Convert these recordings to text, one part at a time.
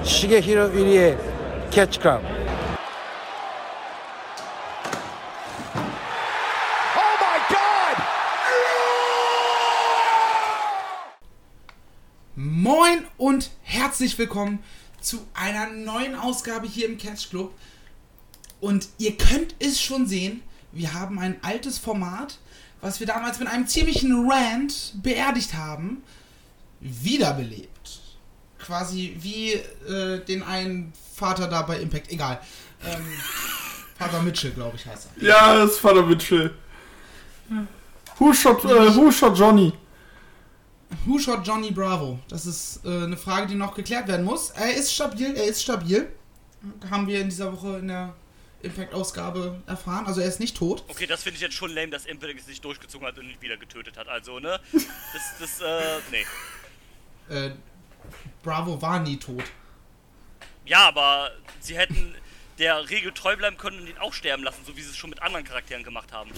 Shigehiro Irie Catch Club. Moin und herzlich willkommen zu einer neuen Ausgabe hier im Catch Club. Und ihr könnt es schon sehen, wir haben ein altes Format, was wir damals mit einem ziemlichen Rant beerdigt haben, wiederbelebt. Quasi wie den einen Vater da bei Impact, egal. Vater Mitchell, glaube ich, heißt er. Ja, das ist Vater Mitchell. Who shot Johnny? Who shot Johnny Bravo? Das ist eine Frage, die noch geklärt werden muss. Er ist stabil. Haben wir in dieser Woche in der Impact-Ausgabe erfahren. Also er ist nicht tot. Okay, das finde ich jetzt schon lame, dass Impact es nicht durchgezogen hat und ihn wieder getötet hat. Also, ne? Nee. Bravo war nie tot. Ja, aber sie hätten der Regel treu bleiben können und ihn auch sterben lassen, so wie sie es schon mit anderen Charakteren gemacht haben.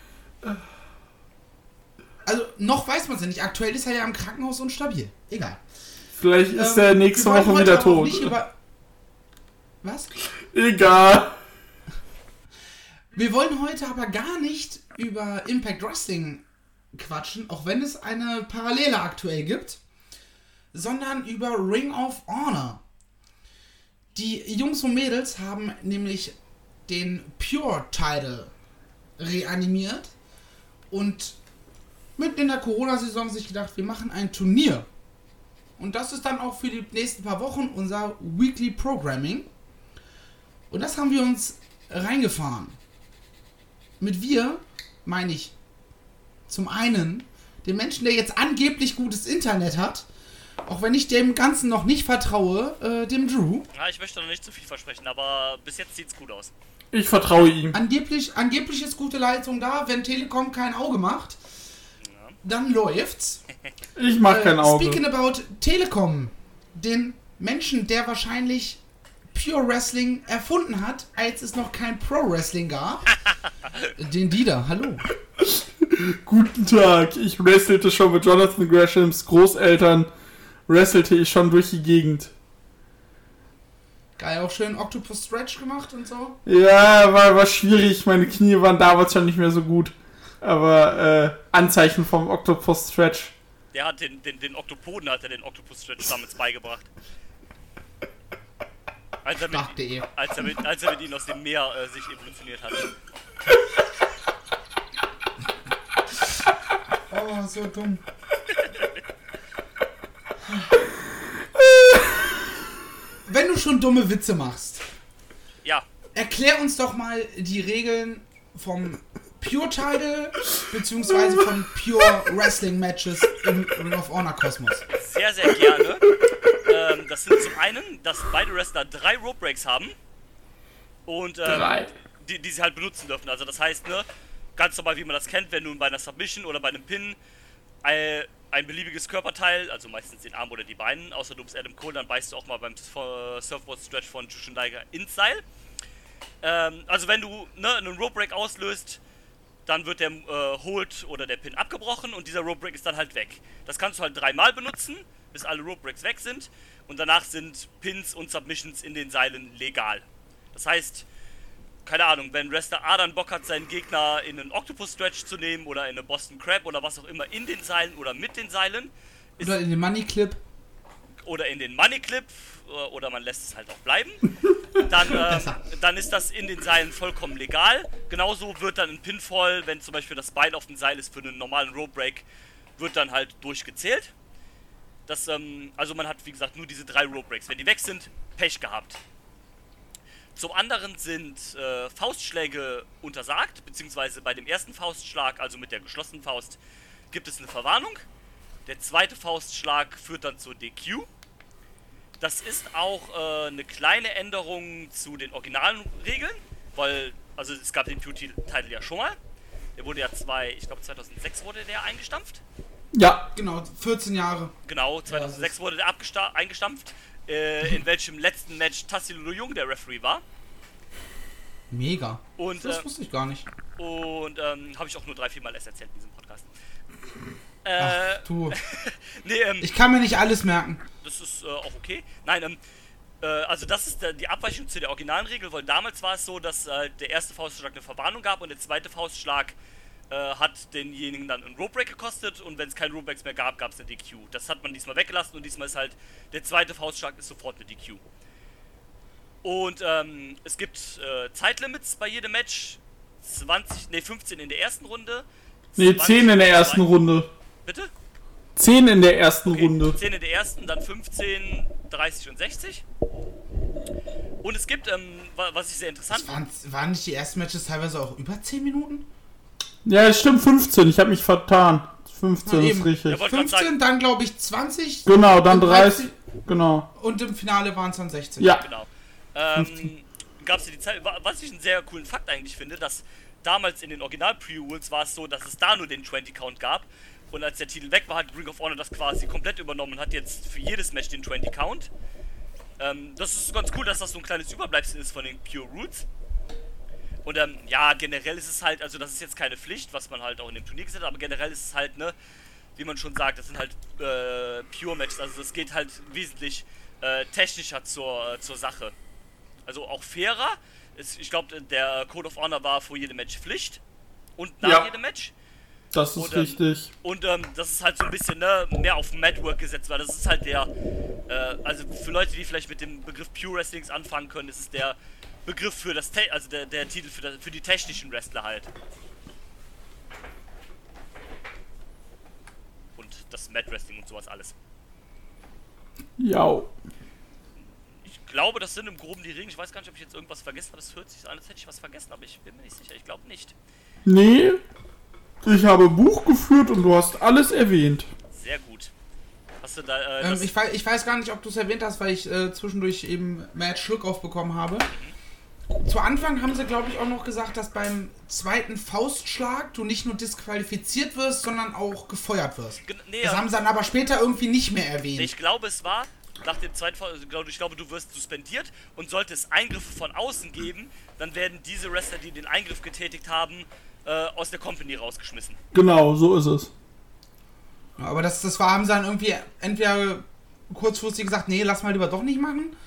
Also, noch weiß man es ja nicht. Aktuell ist er ja im Krankenhaus und stabil. Egal. Vielleicht ist er nächste Woche wieder tot. Was? Egal. Wir wollen heute aber gar nicht über Impact Wrestling quatschen, auch wenn es eine Parallele aktuell gibt, sondern über Ring of Honor. Die Jungs und Mädels haben nämlich den Pure-Title reanimiert und mitten in der Corona-Saison sich gedacht, wir machen ein Turnier. Und das ist dann auch für die nächsten paar Wochen unser Weekly Programming. Und das haben wir uns reingefahren. Mit wir meine ich zum einen den Menschen, der jetzt angeblich gutes Internet hat, auch wenn ich dem Ganzen noch nicht vertraue, dem Drew. Ja, ich möchte noch nicht zu viel versprechen, aber bis jetzt sieht's gut aus. Ich vertraue ihm. Angeblich ist gute Leitung da, wenn Telekom kein Auge macht. Dann läuft's. Ich mach kein Auge. Speaking about Telekom, den Menschen, der wahrscheinlich Pure Wrestling erfunden hat, als es noch kein Pro Wrestling gab. Den Dieter, hallo. Guten Tag, ich wrestelte schon mit Jonathan Greshams Großeltern, wrestelte ich schon durch die Gegend. Geil, auch schön Octopus Stretch gemacht und so. Ja, war schwierig, meine Knie waren damals schon nicht mehr so gut. Aber Anzeichen vom Octopus Stretch. Der hat den Oktopoden hat er den Octopus Stretch damals beigebracht. Als er mit ihnen aus dem Meer sich evolutioniert hat. Oh, so dumm. Wenn du schon dumme Witze machst, ja, erklär uns doch mal die Regeln vom Pure Title beziehungsweise von Pure Wrestling Matches im Ring of Honor Kosmos. Sehr, sehr gerne. Das sind zum einen, dass beide Wrestler 3 Rope Breaks haben und die sie halt benutzen dürfen. Also das heißt, ne, ganz normal, wie man das kennt, wenn du bei einer Submission oder bei einem Pin ein beliebiges Körperteil, also meistens den Arm oder die Beine, außer du bist Adam Cole, dann beißt du auch mal beim Surfboard Stretch von Jushin Liger ins Seil. Also wenn du einen Rope Break auslöst, dann wird der Hold oder der Pin abgebrochen und dieser Rope Break ist dann halt weg. Das kannst du halt 3-mal benutzen, bis alle Rope Breaks weg sind und danach sind Pins und Submissions in den Seilen legal. Das heißt, keine Ahnung, wenn Wrestler A dann Bock hat, seinen Gegner in einen Octopus Stretch zu nehmen oder in eine Boston Crab oder was auch immer in den Seilen oder mit den Seilen. Oder in den Money Clip. Oder in den Money Clip oder man lässt es halt auch bleiben. Dann ist das in den Seilen vollkommen legal. Genauso wird dann ein Pinfall, wenn zum Beispiel das Bein auf dem Seil ist für einen normalen Rope Break, wird dann halt durchgezählt. Also man hat wie gesagt nur diese 3 Rope Breaks. Wenn die weg sind, Pech gehabt. Zum anderen sind Faustschläge untersagt, beziehungsweise bei dem ersten Faustschlag, also mit der geschlossenen Faust, gibt es eine Verwarnung. Der zweite Faustschlag führt dann zur DQ. Das ist auch eine kleine Änderung zu den originalen Regeln, weil, also es gab den Pure-Title ja schon mal. Der wurde ja 2006 wurde der eingestampft. Ja. Genau, 14 Jahre. Genau, 2006 wurde der eingestampft, in welchem letzten Match Tassilo Jung der Referee war. Mega. Und, das wusste ich gar nicht. Und habe ich auch nur 3-4 Mal erst erzählt in diesem Podcast. Ach, du. Nee, ich kann mir nicht alles merken. Das ist auch okay. Nein, Also das ist die Abweichung zu der originalen Regel, weil damals war es so, dass der erste Faustschlag eine Verwarnung gab und der zweite Faustschlag hat denjenigen dann einen Rope Break gekostet und wenn es keinen Rope Breaks mehr gab, gab es eine DQ. Das hat man diesmal weggelassen und diesmal ist halt der zweite Faustschlag ist sofort eine DQ. Und es gibt Zeitlimits bei jedem Match. 15 in der ersten Runde. 10 in der ersten Runde. Bitte? 10 in der ersten Runde. 10 in der ersten, dann 15, 30 und 60. Und es gibt, was ich sehr interessant fand. Waren nicht die ersten Matches teilweise auch über 10 Minuten? Ja, es stimmt, 15. Ich habe mich vertan. 15 ist richtig. Ja, 15, dann glaube ich 20. Genau, dann 30. Genau. Und im Finale waren es dann 60. Ja. Genau. Gab es ja die Zeit, was ich einen sehr coolen Fakt eigentlich finde, dass damals in den Original-Pre-Rules war es so, dass es da nur den 20-Count gab. Und als der Titel weg war, hat Ring of Honor das quasi komplett übernommen und hat jetzt für jedes Match den 20-Count. Das ist ganz cool, dass das so ein kleines Überbleibsel ist von den Pure Rules. Und ja, generell ist es halt, also das ist jetzt keine Pflicht, was man halt auch in dem Turnier gesetzt hat, aber generell ist es halt, ne, wie man schon sagt, das sind halt Pure Matches, also das geht halt wesentlich technischer zur Sache. Also auch fairer. Ich glaube, der Code of Honor war vor jedem Match Pflicht und nach jedem Match. Das ist richtig. Und das ist halt so ein bisschen mehr auf Matwork gesetzt, weil das ist halt der, also für Leute, die vielleicht mit dem Begriff Pure Wrestlings anfangen können, ist es der Begriff für das, also der Titel für die technischen Wrestler halt. Und das Mat Wrestling und sowas alles. Ja. Ich glaube, das sind im Groben die Regeln. Ich weiß gar nicht, ob ich jetzt irgendwas vergessen habe. Es hört sich so an, als hätte ich was vergessen, aber ich bin mir nicht sicher. Ich glaube nicht. Nee. Ich habe Buch geführt und du hast alles erwähnt. Sehr gut. Hast du da, ich weiß gar nicht, ob du es erwähnt hast, weil ich zwischendurch eben Matt Schluck aufbekommen habe. Zu Anfang haben sie, glaube ich, auch noch gesagt, dass beim zweiten Faustschlag du nicht nur disqualifiziert wirst, sondern auch gefeuert wirst. Das haben sie dann aber später irgendwie nicht mehr erwähnt. Ich glaube, es war nach dem zweiten Faustschlag, ich glaube, du wirst suspendiert und sollte es Eingriffe von außen geben, dann werden diese Wrestler, die den Eingriff getätigt haben, aus der Company rausgeschmissen. Genau, so ist es. Aber haben sie dann irgendwie entweder kurzfristig gesagt, nee, lass mal lieber doch nicht machen.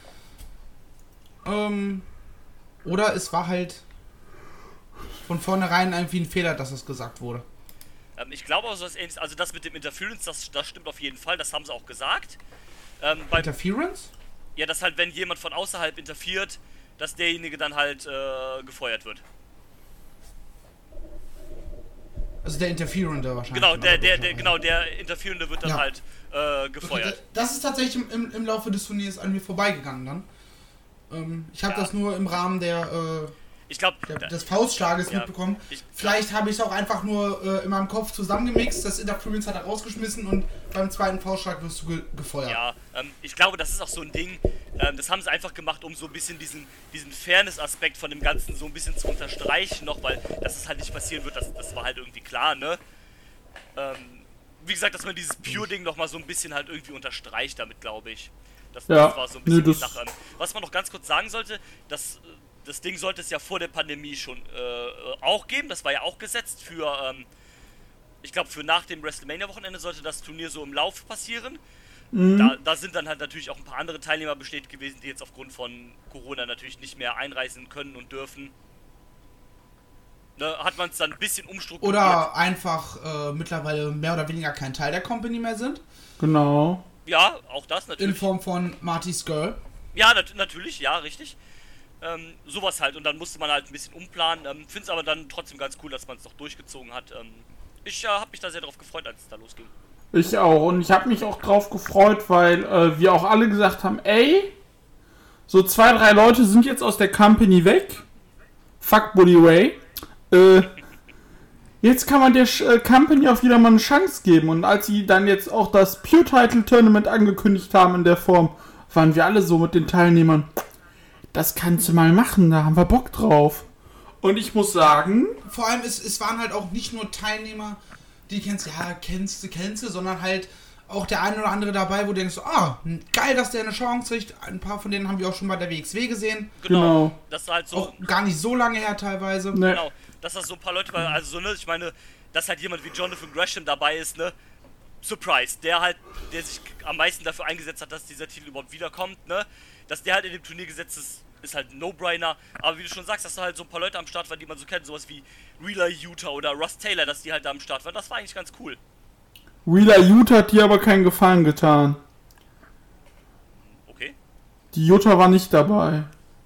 Oder es war halt von vornherein irgendwie ein Fehler, dass es gesagt wurde. Ich glaube auch so was Ähnliches, also das mit dem Interference, das stimmt auf jeden Fall, das haben sie auch gesagt. Interference? Ja, dass halt, wenn jemand von außerhalb interferiert, dass derjenige dann halt gefeuert wird. Also der Interferende wahrscheinlich. Genau, der Interferende wird dann halt gefeuert. Okay, das ist tatsächlich im Laufe des Turniers an mir vorbeigegangen dann. Ich habe das nur im Rahmen des Faustschlages mitbekommen. Vielleicht habe ich es auch einfach nur in meinem Kopf zusammengemixt, das Interference hat er rausgeschmissen und beim zweiten Faustschlag wirst du gefeuert. Ja, ich glaube, das ist auch so ein Ding, das haben sie einfach gemacht, um so ein bisschen diesen Fairness-Aspekt von dem Ganzen so ein bisschen zu unterstreichen noch, weil dass es halt nicht passieren wird, das war halt irgendwie klar, ne? Wie gesagt, dass man dieses Pure-Ding noch mal so ein bisschen halt irgendwie unterstreicht damit, glaube ich. Das war so ein bisschen die Sache. Was man noch ganz kurz sagen sollte, das Ding sollte es ja vor der Pandemie schon auch geben. Das war ja auch gesetzt für, ich glaube, für nach dem WrestleMania-Wochenende sollte das Turnier so im Lauf passieren. Mhm. Da sind dann halt natürlich auch ein paar andere Teilnehmer bestätigt gewesen, die jetzt aufgrund von Corona natürlich nicht mehr einreisen können und dürfen. Ne, hat man es dann ein bisschen umstrukturiert. Oder einfach mittlerweile mehr oder weniger kein Teil der Company mehr sind. Genau. Ja, auch das natürlich. In Form von Marty Scurll. Ja, natürlich, ja, richtig. Sowas halt. Und dann musste man halt ein bisschen umplanen. Finde es aber dann trotzdem ganz cool, dass man es doch durchgezogen hat. Ich habe mich da sehr drauf gefreut, als es da losging. Ich auch. Und ich habe mich auch drauf gefreut, weil wir auch alle gesagt haben, ey, so 2, 3 Leute sind jetzt aus der Company weg. Fuck Bully Ray. Jetzt kann man der Company auch wieder mal eine Chance geben. Und als sie dann jetzt auch das Pure Title Tournament angekündigt haben in der Form, waren wir alle so mit den Teilnehmern, das kannst du mal machen, da haben wir Bock drauf. Und ich muss sagen... Vor allem, es waren halt auch nicht nur Teilnehmer, die kennst du, sondern halt auch der eine oder andere dabei, wo du denkst, geil, dass der eine Chance kriegt. Ein paar von denen haben wir auch schon bei der WXW gesehen. Genau. Das ist halt so... Auch gar nicht so lange her teilweise. Nee. Genau. Dass das so ein paar Leute, also so, ne, ich meine, dass halt jemand wie Jonathan Gresham dabei ist, ne, Surprise, der sich am meisten dafür eingesetzt hat, dass dieser Titel überhaupt wiederkommt, ne? Dass der halt in dem Turnier gesetzt ist halt ein No-Brainer. Aber wie du schon sagst, dass da halt so ein paar Leute am Start waren, die man so kennt, sowas wie Wheeler Yuta oder Russ Taylor, dass die halt da am Start waren, das war eigentlich ganz cool. Wheeler Yuta hat dir aber keinen Gefallen getan. Okay. Die Yuta war nicht dabei.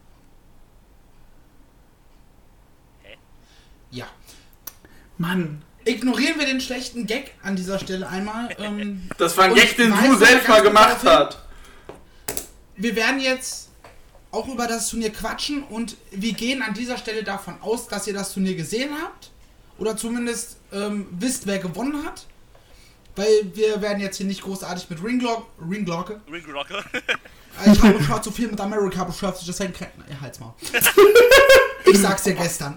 Ja. Mann. Ignorieren wir den schlechten Gag an dieser Stelle einmal. Das war ein Und Gag, den weisen du selbst mal ganz gemacht kurz darauf hast. Wir werden jetzt auch über das Turnier quatschen und wir gehen an dieser Stelle davon aus, dass ihr das Turnier gesehen habt oder zumindest wisst, wer gewonnen hat. Weil wir werden jetzt hier nicht großartig mit Ringglocke. Ich habe schon so viel mit Amerika beschäftigt, deswegen halt's mal. Ich sag's dir gestern.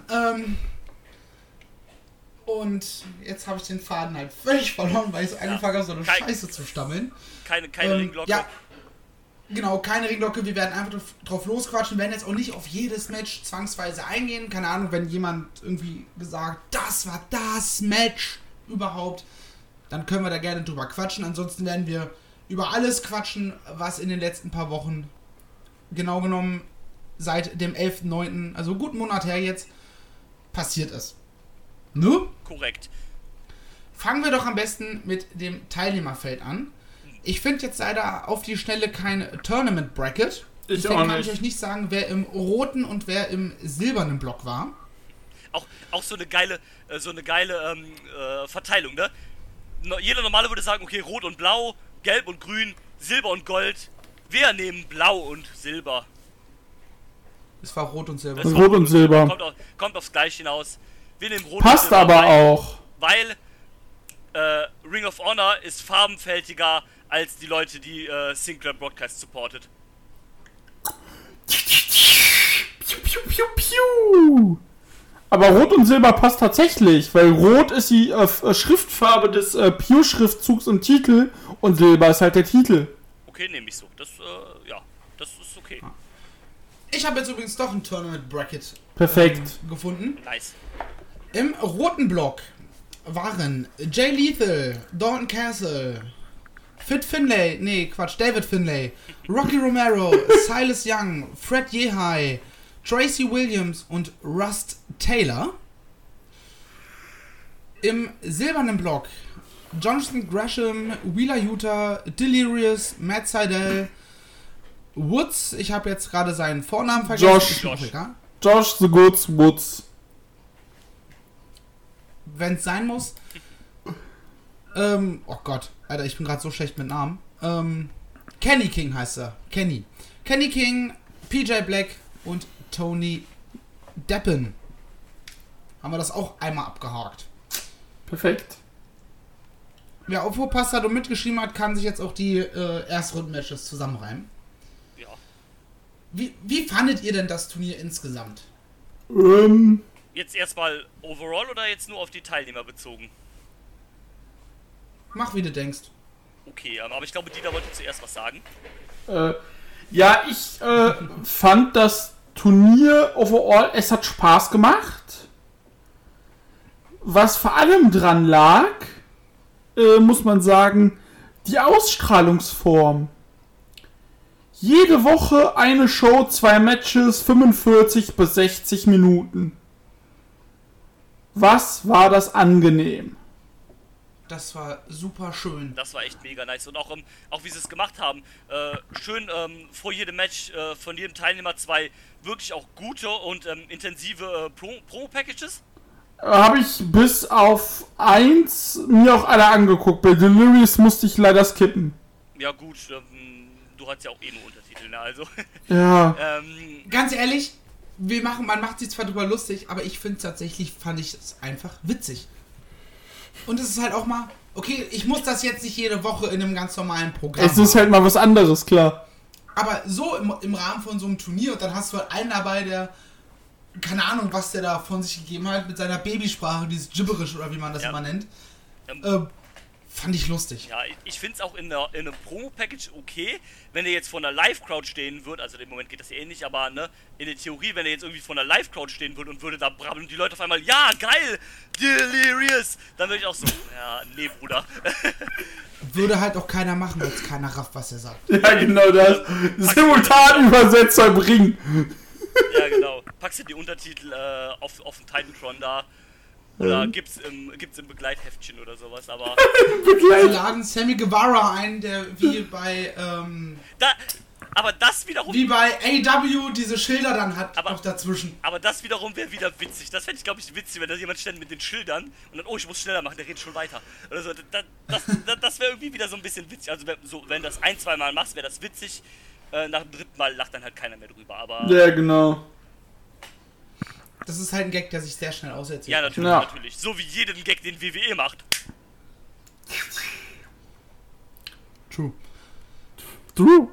Und jetzt habe ich den Faden halt völlig verloren, weil ich so angefangen habe, so eine Scheiße zu stammeln. Keine Ringglocke. Ja, genau, keine Ringglocke. Wir werden einfach drauf losquatschen. Wir werden jetzt auch nicht auf jedes Match zwangsweise eingehen. Keine Ahnung, wenn jemand irgendwie gesagt, das war das Match überhaupt, dann können wir da gerne drüber quatschen. Ansonsten werden wir über alles quatschen, was in den letzten paar Wochen, genau genommen seit dem 11.9., also guten Monat her jetzt, passiert ist. Ne? Korrekt. Fangen wir doch am besten mit dem Teilnehmerfeld an. Ich finde jetzt leider auf die Schnelle kein Tournament Bracket. Deswegen kann ich euch nicht sagen, wer im roten und wer im silbernen Block war. Auch so eine geile Verteilung, ne? Jeder Normale würde sagen, okay, rot und blau, gelb und grün, silber und gold. Wir nehmen blau und silber. Es war rot und silber. Rot und silber. Kommt aufs Gleiche hinaus. Wir nehmen rot Passt und silber, aber auch. Weil Ring of Honor ist farbenfältiger als die Leute, die Sinclair Broadcast supportet. Piu, piu, piu, piu. Aber Rot und Silber passt tatsächlich, weil Rot ist die Schriftfarbe des Pew-Schriftzugs im Titel und Silber ist halt der Titel. Okay, nehme ich so. Das ist okay. Ich habe jetzt übrigens doch ein Tournament Bracket Perfekt. gefunden. Nice. Im roten Block waren Jay Lethal, Dalton Castle, David Finlay, Rocky Romero, Silas Young, Fred Yehi, Tracy Williams und Russ Taylor. Im silbernen Block Jonathan Gresham, Wheeler Yuta, Delirious, Matt Sydal, Woods, ich habe jetzt gerade seinen Vornamen vergessen. Josh the Goods Woods. Wenn es sein muss. Oh Gott, Alter, ich bin gerade so schlecht mit Namen. Kenny King heißt er. Kenny King, PJ Black und Tony Deppen. Haben wir das auch einmal abgehakt. Perfekt. Wer auf Passado mitgeschrieben hat, kann sich jetzt auch die Erstrunden-Matches zusammenreimen. Ja. Wie fandet ihr denn das Turnier insgesamt? Jetzt erstmal overall oder jetzt nur auf die Teilnehmer bezogen? Mach, wie du denkst. Okay, aber ich glaube, Dieter wollte zuerst was sagen. Ja, ich fand das Turnier overall, es hat Spaß gemacht. Was vor allem dran lag, muss man sagen, die Ausstrahlungsform. Jede Woche eine Show, 2 Matches, 45 bis 60 Minuten. Was war das angenehm? Das war super schön. Das war echt mega nice. Und auch wie sie es gemacht haben. Schön vor jedem Match von jedem Teilnehmer 2 wirklich auch gute und intensive Promo-Packages. Habe ich bis auf 1 mir auch alle angeguckt. Bei Delirious musste ich leider skippen. Ja gut, du hast ja auch nur Untertitel, ne? Also. Ja. Ganz ehrlich, man macht sich zwar drüber lustig, aber ich finde tatsächlich, fand ich es einfach witzig. Und es ist halt auch mal, okay, ich muss das jetzt nicht jede Woche in einem ganz normalen Programm Es ist halt mal was anderes, klar. Aber so im Rahmen von so einem Turnier und dann hast du halt einen dabei, der, keine Ahnung, was der da von sich gegeben hat, mit seiner Babysprache, dieses Gibberish oder wie man das immer nennt. Fand ich lustig. Ja, ich finde es auch in einem Promo-Package okay, wenn er jetzt vor einer Live-Crowd stehen würde, also im Moment geht das eh nicht, aber ne, in der Theorie, wenn er jetzt irgendwie vor einer Live-Crowd stehen würde und würde da brabbeln und die Leute auf einmal, ja, geil, Delirious, dann würde ich auch so, ja, nee, Bruder. Würde halt auch keiner machen, weil es keiner rafft, was er sagt. Ja, genau das. Simultanübersetzer bringen. Ja, genau. Packst du die Untertitel auf dem Titantron da. Oder gibt's im Begleitheftchen oder sowas, aber... Sie laden Sammy Guevara ein, der wie bei aber das wiederum... wie bei AW diese Schilder dann hat, Aber- noch dazwischen. Aber das wiederum wäre wieder witzig. Das fände ich, glaube ich, witzig, wenn da jemand steht mit den Schildern und dann, oh, ich muss schneller machen, der redet schon weiter. Oder so. Das wäre irgendwie wieder so ein bisschen witzig. Also, wenn du das 1-2 Mal machst, wäre das witzig. Nach dem 3. Mal lacht dann halt keiner mehr drüber. Aber Ja, genau. Das ist halt ein Gag, der sich sehr schnell auserzählt. ja, natürlich, Ja. natürlich. So wie jeden Gag, den WWE macht. True. True.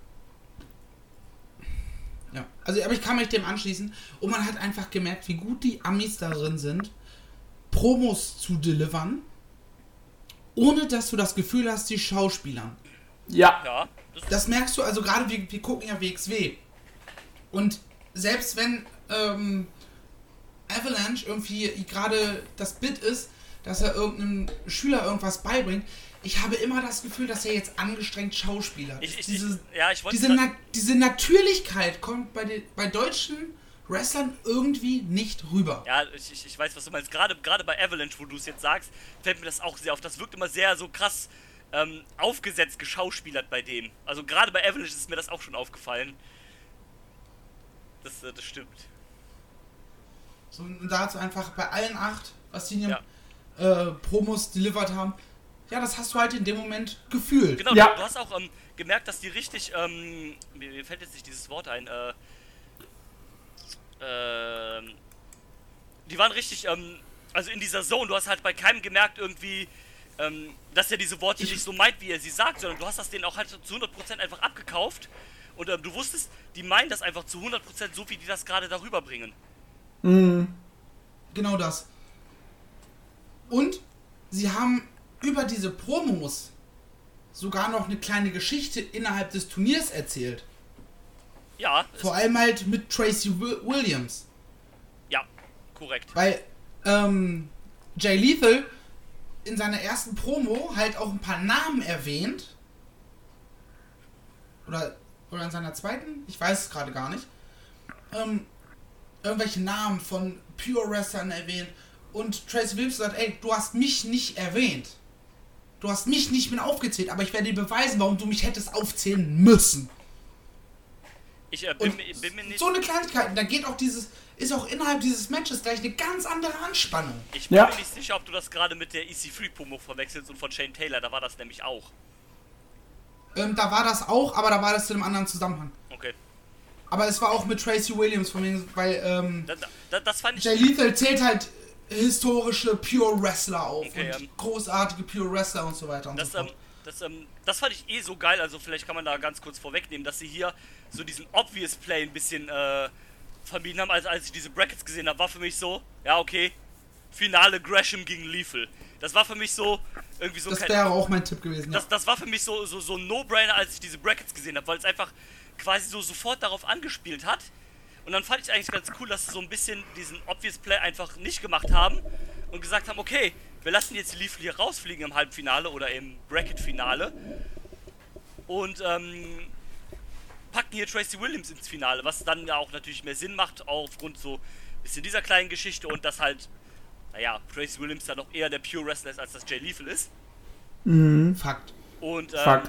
Ja. Also, aber ich kann mich dem anschließen und man hat einfach gemerkt, wie gut die Amis darin sind, Promos zu delivern, ohne dass du das Gefühl hast, die Schauspielern. Ja. Ja. Das merkst du, also gerade wir gucken ja WXW. Und selbst wenn Avalanche irgendwie gerade das Bit ist, dass er irgendeinem Schüler irgendwas beibringt, ich habe immer das Gefühl, dass er jetzt angestrengt schauspielert. Ich wollte Diese Natürlichkeit kommt bei deutschen Wrestlern irgendwie nicht rüber. Ja, ich weiß, was du meinst. Gerade bei Avalanche, wo du es jetzt sagst, fällt mir das auch sehr auf. Das wirkt immer sehr so krass aufgesetzt geschauspielert bei dem. Also gerade bei Avalanche ist mir das auch schon aufgefallen. Das stimmt. So, und da hat es einfach bei allen 8, was die in Ja. ihren Promos delivered haben, ja, das hast du halt in dem Moment gefühlt. Genau, Ja. du hast auch gemerkt, dass die richtig, mir fällt jetzt nicht dieses Wort ein, die waren richtig, also in dieser Zone, du hast halt bei keinem gemerkt irgendwie, dass er diese Worte nicht so meint, wie er sie sagt, sondern du hast das denen auch halt zu 100% einfach abgekauft und du wusstest, die meinen das einfach zu 100% so, wie die das gerade darüber bringen. Genau das. Und sie haben über diese Promos sogar noch eine kleine Geschichte innerhalb des Turniers erzählt. Ja, Vor allem halt mit Tracy Williams. ja, korrekt. Weil Jay Lethal in seiner ersten Promo halt auch ein paar Namen erwähnt. Oder in seiner zweiten? Ich weiß es gerade gar nicht. Irgendwelche Namen von Pure Wrestlern erwähnt. Und Tracy Williams sagt, ey, du hast mich nicht erwähnt. Du hast mich nicht mit aufgezählt, aber ich werde dir beweisen, warum du mich hättest aufzählen müssen. Ich Und bin mir nicht... so eine Kleinigkeit. Da geht auch ist auch innerhalb dieses Matches gleich eine ganz andere Anspannung. Ich bin Ja. mir nicht sicher, ob du das gerade mit der EC3-Promo verwechselst und von Shane Taylor, da war das nämlich auch. Da war das auch, aber da war das zu einem anderen Zusammenhang. Okay. Aber es war auch mit Tracy Williams, von wegen, weil Das fand ich... Jay Lethal zählt halt historische Pure Wrestler auf Okay, und großartige Pure Wrestler und so weiter und Das, so fort. das fand ich eh so geil, also vielleicht kann man da ganz kurz vorwegnehmen, dass sie hier so diesen Obvious Play ein bisschen vermieden haben. Also als ich diese Brackets gesehen habe, war für mich so, ja okay, Finale Gresham gegen Lethal. Das war für mich so, irgendwie so Das wäre auch mein Tipp gewesen. Ja. das war für mich so ein No-Brainer, als ich diese Brackets gesehen habe, weil es einfach quasi so sofort darauf angespielt hat. Und dann fand ich eigentlich ganz cool, dass sie so ein bisschen diesen Obvious Play einfach nicht gemacht haben und gesagt haben, okay, wir lassen jetzt Lethal hier rausfliegen im Halbfinale oder im Bracket-Finale und packen hier Tracy Williams ins Finale, was dann ja auch natürlich mehr Sinn macht, aufgrund so ein bisschen dieser kleinen Geschichte und dass halt, naja, Tracy Williams dann noch eher der Pure Wrestler ist, als das Jay Lethal ist. Fakt. Und Fakt.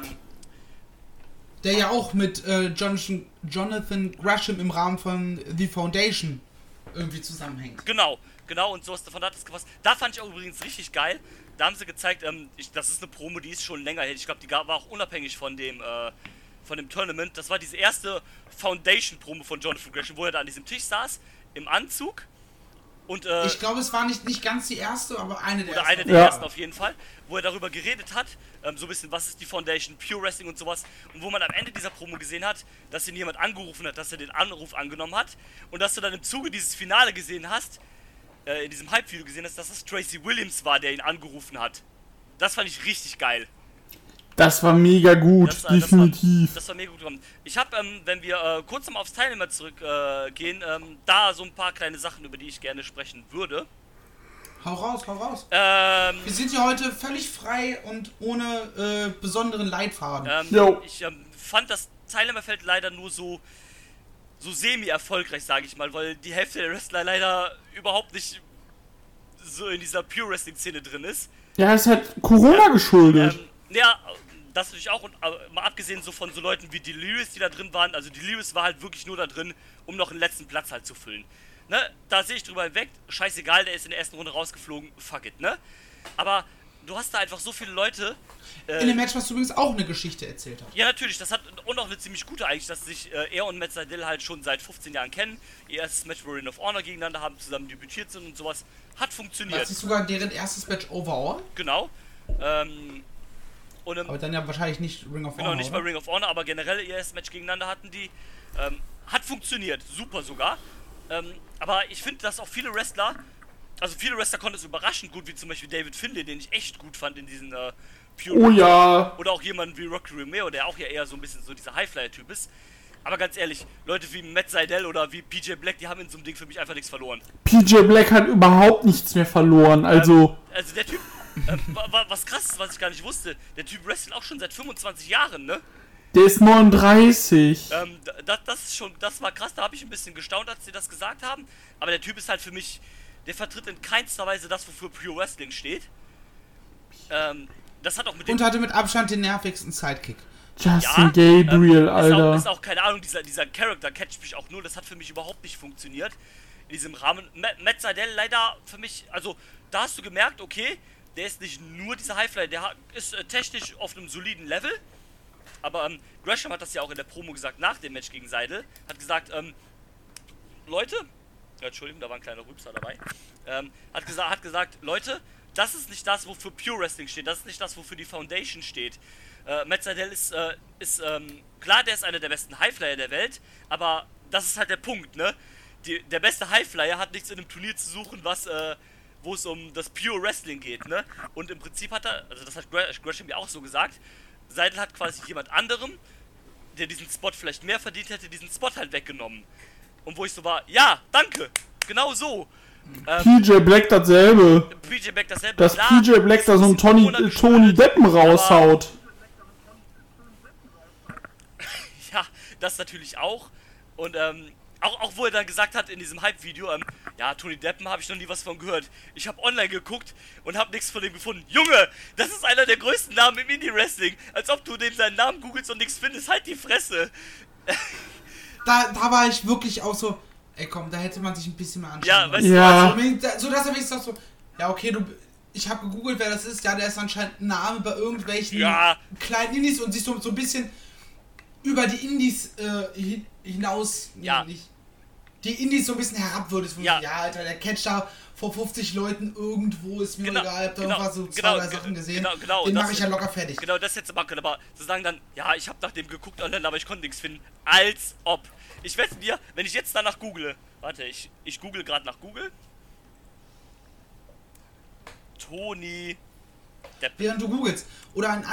Der ja auch mit Jonathan Gresham im Rahmen von The Foundation irgendwie zusammenhängt. Genau, und sowas davon hat es gefasst. Da fand ich auch übrigens richtig geil. Da haben sie gezeigt, das ist eine Promo, die ist schon länger her. Ich glaube, die war auch unabhängig von dem Tournament. Das war diese erste Foundation-Promo von Jonathan Gresham, wo er da an diesem Tisch saß, im Anzug. Und, Ich glaube, es war nicht ganz die erste, aber eine der oder ersten. eine der Ja. ersten auf jeden Fall, wo er darüber geredet hat, so ein bisschen, was ist die Foundation, Pure Wrestling und sowas. Und wo man am Ende dieser Promo gesehen hat, dass ihn jemand angerufen hat, dass er den Anruf angenommen hat. Und dass du dann im Zuge dieses Finale gesehen hast, in diesem Halbvideo gesehen hast, dass das Tracy Williams war, der ihn angerufen hat. Das fand ich richtig geil. Das war mega gut, definitiv. Das war mega gut gemacht. Ich habe, wenn wir kurz nochmal aufs Teilnehmer zurückgehen, da so ein paar kleine Sachen, über die ich gerne sprechen würde. Hau raus. Wir sind hier heute völlig frei und ohne besonderen Leitfaden. Ich fand das Teilnehmerfeld leider nur so semi-erfolgreich, sage ich mal, weil die Hälfte der Wrestler leider überhaupt nicht so in dieser Pure Wrestling-Szene drin ist. Ja, es hat Corona geschuldet. Ja, das natürlich auch, und mal abgesehen so von so Leuten wie Delirious, die da drin waren, also Delirious war halt wirklich nur da drin, um noch einen letzten Platz halt zu füllen. Ne, da sehe ich drüber hinweg, scheißegal, der ist in der ersten Runde rausgeflogen, fuck it, ne? Aber du hast da einfach so viele Leute... in dem Match, was du übrigens auch eine Geschichte erzählt hast. Ja, natürlich, das hat und auch eine ziemlich gute eigentlich, dass sich er und Matt Sydal halt schon seit 15 Jahren kennen. Ihr erstes Match, wo Ring of Honor gegeneinander haben, zusammen debütiert sind und sowas, hat funktioniert. Das ist sogar deren erstes Match overall? Genau. Aber dann ja wahrscheinlich nicht Ring of Honor, Genau, nicht mal Ring of Honor, aber generell ihr erstes Match gegeneinander hatten die. Hat funktioniert, super sogar. Aber ich finde, dass auch viele Wrestler konnten es überraschend gut, wie zum Beispiel David Finlay, den ich echt gut fand in diesen Pure. Oh ja. Oder auch jemand wie Rocky Romero, der auch ja eher so ein bisschen so dieser Highflyer-Typ ist. Aber ganz ehrlich, Leute wie Matt Sydal oder wie PJ Black, die haben in so einem Ding für mich einfach nichts verloren. PJ Black hat überhaupt nichts mehr verloren, also... Also der Typ, was krass ist, was ich gar nicht wusste, der Typ wrestelt auch schon seit 25 Jahren, ne? Der ist 39. Das war krass, da habe ich ein bisschen gestaunt, als sie das gesagt haben. Aber der Typ ist halt für mich, der vertritt in keinster Weise das, wofür Pure Wrestling steht. Das hat auch mit dem... Und hatte mit Abstand den nervigsten Sidekick. Justin Gabriel, Alter. Ist auch, keine Ahnung, dieser Charakter catcht mich auch nur, das hat für mich überhaupt nicht funktioniert. In diesem Rahmen. Matt Sydal leider für mich, also da hast du gemerkt, okay, der ist nicht nur dieser Highflyer, der ist technisch auf einem soliden Level. Aber Gresham hat das ja auch in der Promo gesagt, nach dem Match gegen Sydal, hat gesagt, Leute, Entschuldigung, da war ein kleiner Rübser dabei, hat gesagt, Leute, das ist nicht das, wofür Pure Wrestling steht, das ist nicht das, wofür die Foundation steht. Matt Sydal ist klar, der ist einer der besten Highflyer der Welt, aber das ist halt der Punkt, ne? Der beste Highflyer hat nichts in einem Turnier zu suchen, wo es um das Pure Wrestling geht, ne? Und im Prinzip hat also das hat Gresham ja auch so gesagt, Sydal hat quasi jemand anderem, der diesen Spot vielleicht mehr verdient hätte, diesen Spot halt weggenommen. Und wo ich so war, ja, danke, genau so. PJ Black dasselbe. PJ Black dasselbe. Dass klar, PJ Black da so einen Tony Deppen raushaut. Ja, das natürlich auch. Und auch wo er dann gesagt hat in diesem Hype-Video, ja, Tony Deppen habe ich noch nie was von gehört. Ich habe online geguckt und habe nichts von dem gefunden. Junge, das ist einer der größten Namen im Indie-Wrestling. Als ob du dem seinen Namen googelst und nichts findest. Halt die Fresse. Da war ich wirklich auch so, ey komm, da hätte man sich ein bisschen mehr anschauen. Ja, weißt du, also, so dass er wenigstens auch so, ja okay, ich habe gegoogelt, wer das ist. Ja, der ist anscheinend ein Name bei irgendwelchen kleinen Indies und sich so ein bisschen über die Indies hinaus, die Indies so ein bisschen herabwürdigt. Ja, Alter, der catcht da vor 50 Leuten irgendwo, ist mir egal, hab da irgendwas so zwei, drei Sachen gesehen, den mache ich ja locker fertig. Genau, das hätte machen können, aber zu sagen dann, ja, ich habe nach dem geguckt online, aber ich konnte nichts finden, als ob. Ich wette dir, wenn ich jetzt danach google, warte, ich google gerade nach Google. Tony Depp. Während du googelst, oder einen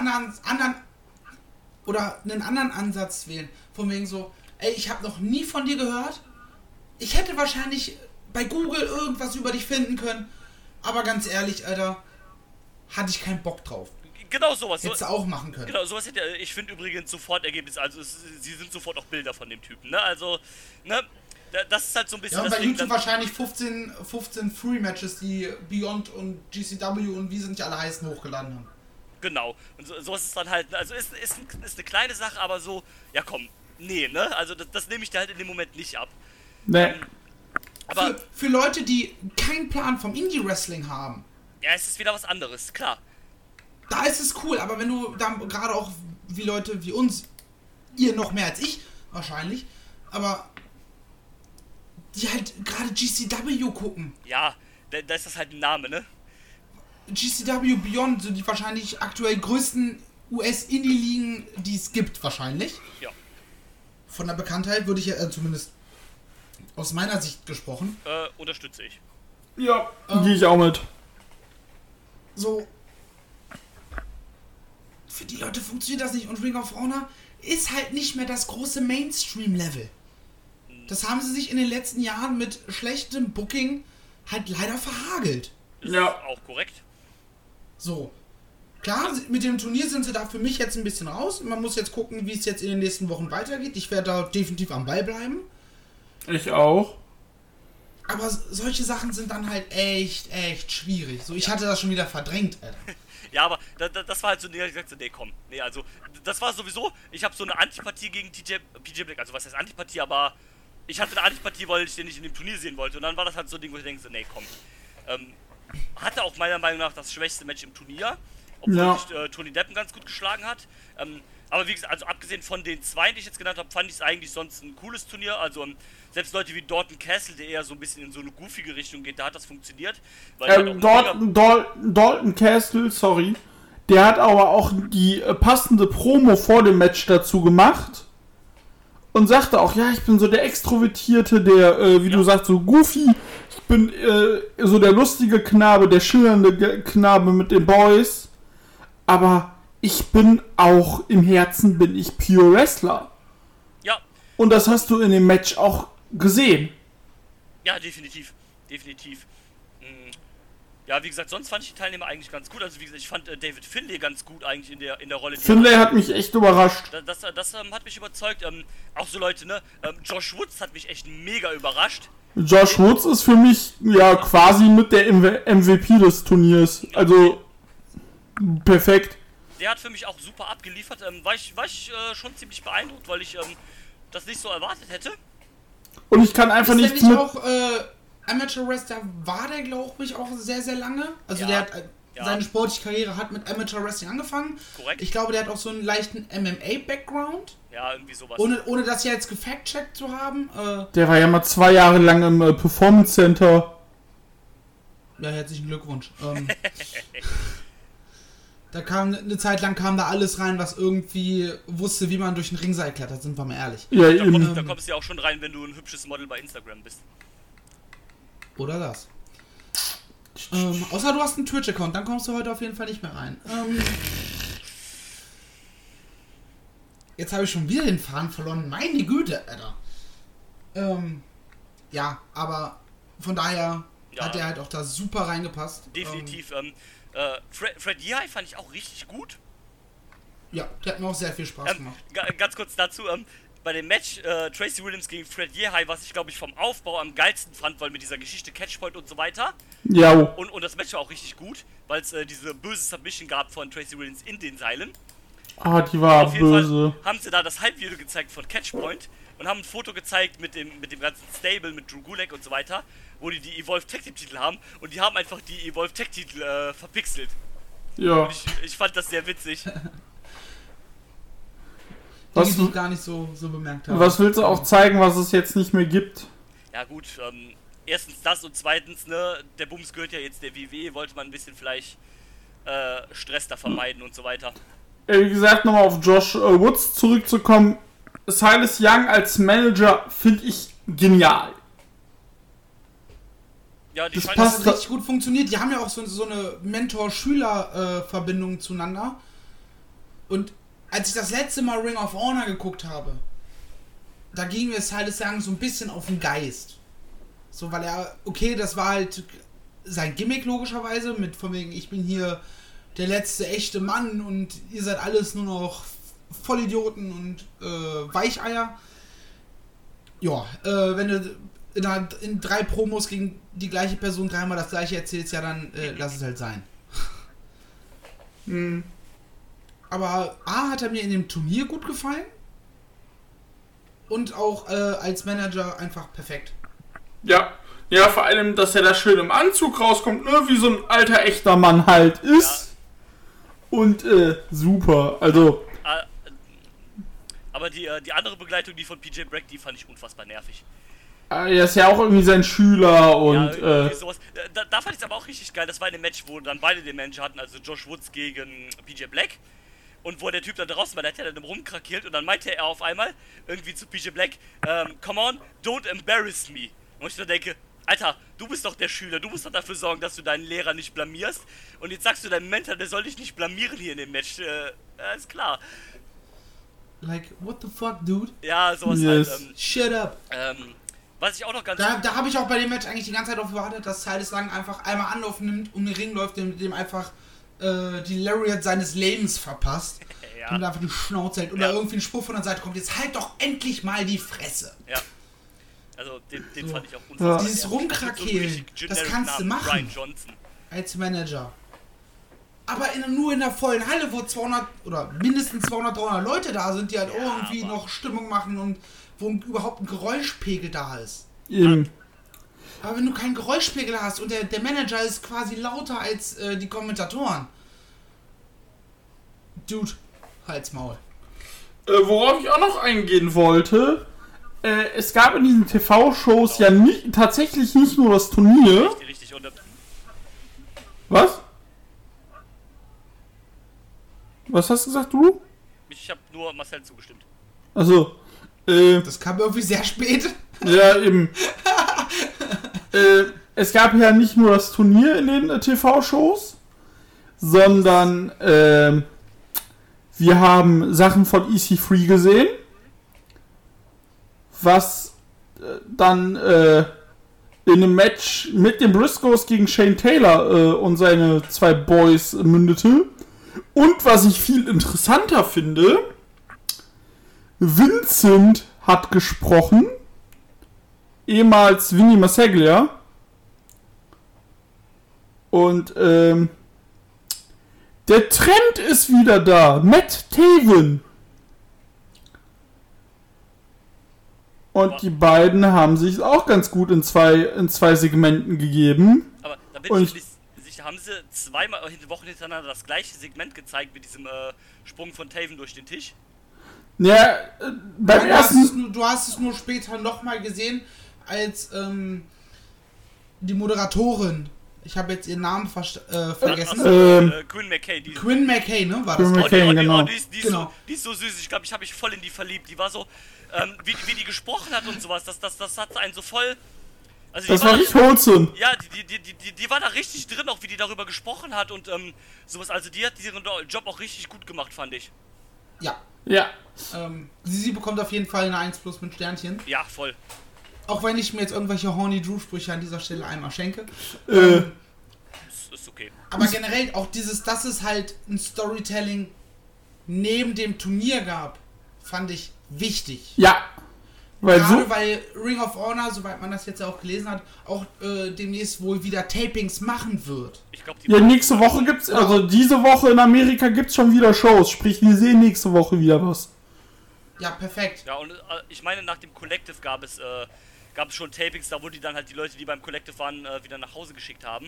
anderen Ansatz wählen, von wegen so, ey, ich habe noch nie von dir gehört, ich hätte wahrscheinlich bei Google irgendwas über dich finden können, aber ganz ehrlich, Alter, hatte ich keinen Bock drauf. Genau sowas. Hättest du auch machen können. Genau, sowas hätte ich finde übrigens sofort Ergebnis, also sie sind sofort auch Bilder von dem Typen, ne, also, ne, das ist halt so ein bisschen... Ja, und bei YouTube wahrscheinlich 15 Free-Matches, die Beyond und GCW und wie sie nicht alle heißen, hochgeladen haben. Genau, und sowas ist dann halt, also ist eine kleine Sache, aber so, ja komm, nee, ne, also das nehme ich dir halt in dem Moment nicht ab. Nee. Aber für Leute, die keinen Plan vom Indie-Wrestling haben. Ja, es ist wieder was anderes, klar. Da ist es cool, aber wenn du da gerade auch wie Leute wie uns, ihr noch mehr als ich wahrscheinlich, aber die halt gerade GCW gucken. Ja, da ist das halt ein Name, ne? GCW Beyond sind die wahrscheinlich aktuell größten US-Indie-Ligen, die es gibt, wahrscheinlich. Ja. Von der Bekanntheit würde ich ja zumindest aus meiner Sicht gesprochen. Unterstütze ich. Ja, gehe ich auch mit. So. für die Leute funktioniert das nicht. Und Ring of Honor ist halt nicht mehr das große Mainstream-Level. Das haben sie sich in den letzten Jahren mit schlechtem Booking halt leider verhagelt. Ist auch korrekt. So. Klar, mit dem Turnier sind sie da für mich jetzt ein bisschen raus. Man muss jetzt gucken, wie es jetzt in den nächsten Wochen weitergeht. Ich werde da definitiv am Ball bleiben. Ich auch. Aber solche Sachen sind dann halt echt schwierig. So, ich hatte das schon wieder verdrängt, Alter. Ja, aber das war halt so, ich sagte, nee, komm. Nee, also, das war sowieso, ich habe so eine Antipathie gegen PJ Black. Also, was heißt Antipathie, aber ich hatte eine Antipathie, weil ich den nicht in dem Turnier sehen wollte. Und dann war das halt so ein Ding, wo ich denke, so, nee, komm. Hatte auch meiner Meinung nach das schwächste Match im Turnier. Obwohl sich Tony Deppen ganz gut geschlagen hat. Aber wie gesagt, also abgesehen von den zwei, die ich jetzt genannt habe, fand ich es eigentlich sonst ein cooles Turnier. Also selbst Leute wie Dalton Castle, der eher so ein bisschen in so eine goofige Richtung geht, da hat das funktioniert. Weil Dalton Castle, sorry, der hat aber auch die passende Promo vor dem Match dazu gemacht. Und sagte auch, ja, ich bin so der Extrovertierte, der, wie du sagst, so goofy. Ich bin so der lustige Knabe, der schillernde Knabe mit den Boys. Aber ich bin auch, im Herzen bin ich Pure Wrestler. Ja. Und das hast du in dem Match auch gesehen. Ja, definitiv. Ja, wie gesagt, sonst fand ich die Teilnehmer eigentlich ganz gut. Also wie gesagt, ich fand David Finlay ganz gut eigentlich in der Rolle. Finlay hat mich echt überrascht. Das hat mich überzeugt. Auch so Leute, ne? Josh Woods hat mich echt mega überrascht. Josh Woods ist für mich ja quasi mit der MVP des Turniers. Also perfekt. Der hat für mich auch super abgeliefert. War ich schon ziemlich beeindruckt, weil ich das nicht so erwartet hätte. Und ich kann einfach nicht mit... auch Amateur Wrestler war der, glaube ich, auch sehr, sehr lange. Also der hat seine sportliche Karriere hat mit Amateur Wrestling angefangen. Korrekt. Ich glaube, der hat auch so einen leichten MMA-Background. Ja, irgendwie sowas. Ohne das jetzt gefact-checkt zu haben. Der war ja mal 2 Jahre lang im Performance Center. Ja, herzlichen Glückwunsch. Da kam eine Zeit lang da alles rein, was irgendwie wusste, wie man durch den Ringseil klettert, sind wir mal ehrlich. Ja, da kommst du ja auch schon rein, wenn du ein hübsches Model bei Instagram bist. Oder das. Außer du hast einen Twitch-Account, dann kommst du heute auf jeden Fall nicht mehr rein. Jetzt habe ich schon wieder den Faden verloren. Meine Güte, Alter. Ja, aber von daher hat er halt auch da super reingepasst. Definitiv. Fred Yehi fand ich auch richtig gut. Ja, der hat mir auch sehr viel Spaß gemacht. Ganz kurz dazu, bei dem Match Tracy Williams gegen Fred Yehi, was ich glaube ich vom Aufbau am geilsten fand, weil mit dieser Geschichte Catchpoint und so weiter. Ja. Und das Match war auch richtig gut, weil es diese böse Submission gab von Tracy Williams in den Seilen. Ah, die war auf jeden böse. Fall haben sie da das Hype-Video gezeigt von Catchpoint und haben ein Foto gezeigt mit dem ganzen Stable, mit Drew Gulak und so weiter, wo die Evolve Tag Team Titel haben und die haben einfach die Evolve Tag Titel verpixelt. Ja. Und ich fand das sehr witzig. Was ich gar nicht so bemerkt habe. Was willst du auch zeigen, was es jetzt nicht mehr gibt? Ja gut, erstens das und zweitens, ne, der Bums gehört ja jetzt der WWE, wollte man ein bisschen vielleicht Stress da vermeiden und so weiter. Wie gesagt, nochmal auf Josh Woods zurückzukommen. Silas Young als Manager finde ich genial. Ja, die das scheint passt richtig gut funktioniert. Die haben ja auch so eine Mentor-Schüler-Verbindung zueinander. Und als ich das letzte Mal Ring of Honor geguckt habe, da ging mir Silas Young so ein bisschen auf den Geist. So, weil das war halt sein Gimmick logischerweise, mit von wegen, ich bin hier der letzte echte Mann und ihr seid alles nur noch Vollidioten und Weicheier. Ja, wenn du in 3 Promos gegen die gleiche Person 3-mal das gleiche erzählst, ja dann lass es halt sein. Aber hat er mir in dem Turnier gut gefallen und auch als Manager einfach perfekt. Ja, vor allem, dass er da schön im Anzug rauskommt, ne, wie so ein alter, echter Mann halt ist. Ja. Und super, also... Aber die andere Begleitung, die von PJ Black, die fand ich unfassbar nervig. Er ist ja auch irgendwie sein Schüler und... Ja, sowas. Da fand ich es aber auch richtig geil. Das war in dem Match, wo dann beide den Manager hatten, also Josh Woods gegen PJ Black. Und wo der Typ da draußen war, der hat ja dann rumkrakeelt und dann meinte er auf einmal irgendwie zu PJ Black, come on, don't embarrass me. Und ich dann denke, Alter, du bist doch der Schüler, du musst doch dafür sorgen, dass du deinen Lehrer nicht blamierst. Und jetzt sagst du deinem Mentor, der soll dich nicht blamieren hier in dem Match. Ist klar. Like, what the fuck, dude? Ja, sowas Yes. halt. Shut up. Was ich auch noch ganz... Da habe ich auch bei dem Match eigentlich die ganze Zeit darauf gewartet, dass Silas Lang einfach einmal Anlauf nimmt, um den Ring läuft, dem einfach die Lariat seines Lebens verpasst. Ja. Und einfach die Schnauze hält. Oder irgendwie ein Spruch von der Seite kommt. Jetzt halt doch endlich mal die Fresse. Ja. Also, den So. fand ich auch unfassbar. Dieses nervig. Rumkrakehlen, richtig das generic kannst du Namen, machen. Brian Johnson. Als Manager. Aber nur in der vollen Halle, wo 200 oder mindestens 200, 300 Leute da sind, die halt Ja, irgendwie aber- noch Stimmung machen und wo überhaupt ein Geräuschpegel da ist. Eben. Aber wenn du keinen Geräuschpegel hast und der Manager ist quasi lauter als die Kommentatoren. Dude, halt's Maul. Worauf ich auch noch eingehen wollte, es gab in diesen TV-Shows ja tatsächlich nicht nur das Turnier. Richtig. Und Was? Was hast du gesagt, du? ich habe nur Marcel zugestimmt. Also, Das kam irgendwie sehr spät. ja, eben. Es gab ja nicht nur das Turnier in den TV-Shows, sondern wir haben Sachen von EC3 gesehen, was dann in einem Match mit den Briscoes gegen Shane Taylor und seine zwei Boys mündete. Und was ich viel interessanter finde, Vincent hat gesprochen, ehemals Vinny Massaglia. Und der Trend ist wieder da. Matt Taven. Und die beiden haben sich auch ganz gut in zwei Segmenten gegeben. Aber da bin Und ich nicht sicher, haben sie zweimal Wochen hintereinander das gleiche Segment gezeigt mit diesem Sprung von Taven durch den Tisch? Ja, beim ersten. Du hast es nur später nochmal gesehen, als die Moderatorin, ich habe jetzt ihren Namen vergessen, Quinn McKay. Die, Quinn McKay, ne, war das? Quinn McKay. genau. die ist Genau. die ist so süß, ich glaube, ich habe mich voll in die verliebt. Die war so, wie die gesprochen hat und sowas, das hat einen so voll... Also Das war richtig wholesome. Ja, die war da richtig drin, auch wie die darüber gesprochen hat und sowas. Also die hat ihren Job auch richtig gut gemacht, fand ich. Ja. Ja. Sie bekommt auf jeden Fall eine 1+ mit Sternchen. Ja, voll. Auch wenn ich mir jetzt irgendwelche horny Drew-Sprüche an dieser Stelle einmal schenke. Ist okay. Aber generell auch dass es halt ein Storytelling neben dem Turnier gab, fand ich wichtig. Ja. Weil Gerade so. weil Ring of Honor, soweit man das jetzt ja auch gelesen hat, auch demnächst wohl wieder Tapings machen wird. Ich glaube, die Ja, nächste Woche gibt's, also diese Woche in Amerika gibt's schon wieder Shows. Sprich, wir sehen nächste Woche wieder was. Ja, perfekt. Ja, und ich meine, nach dem Collective gab es schon Tapings, da wo die dann halt die Leute, die beim Collective waren, wieder nach Hause geschickt haben.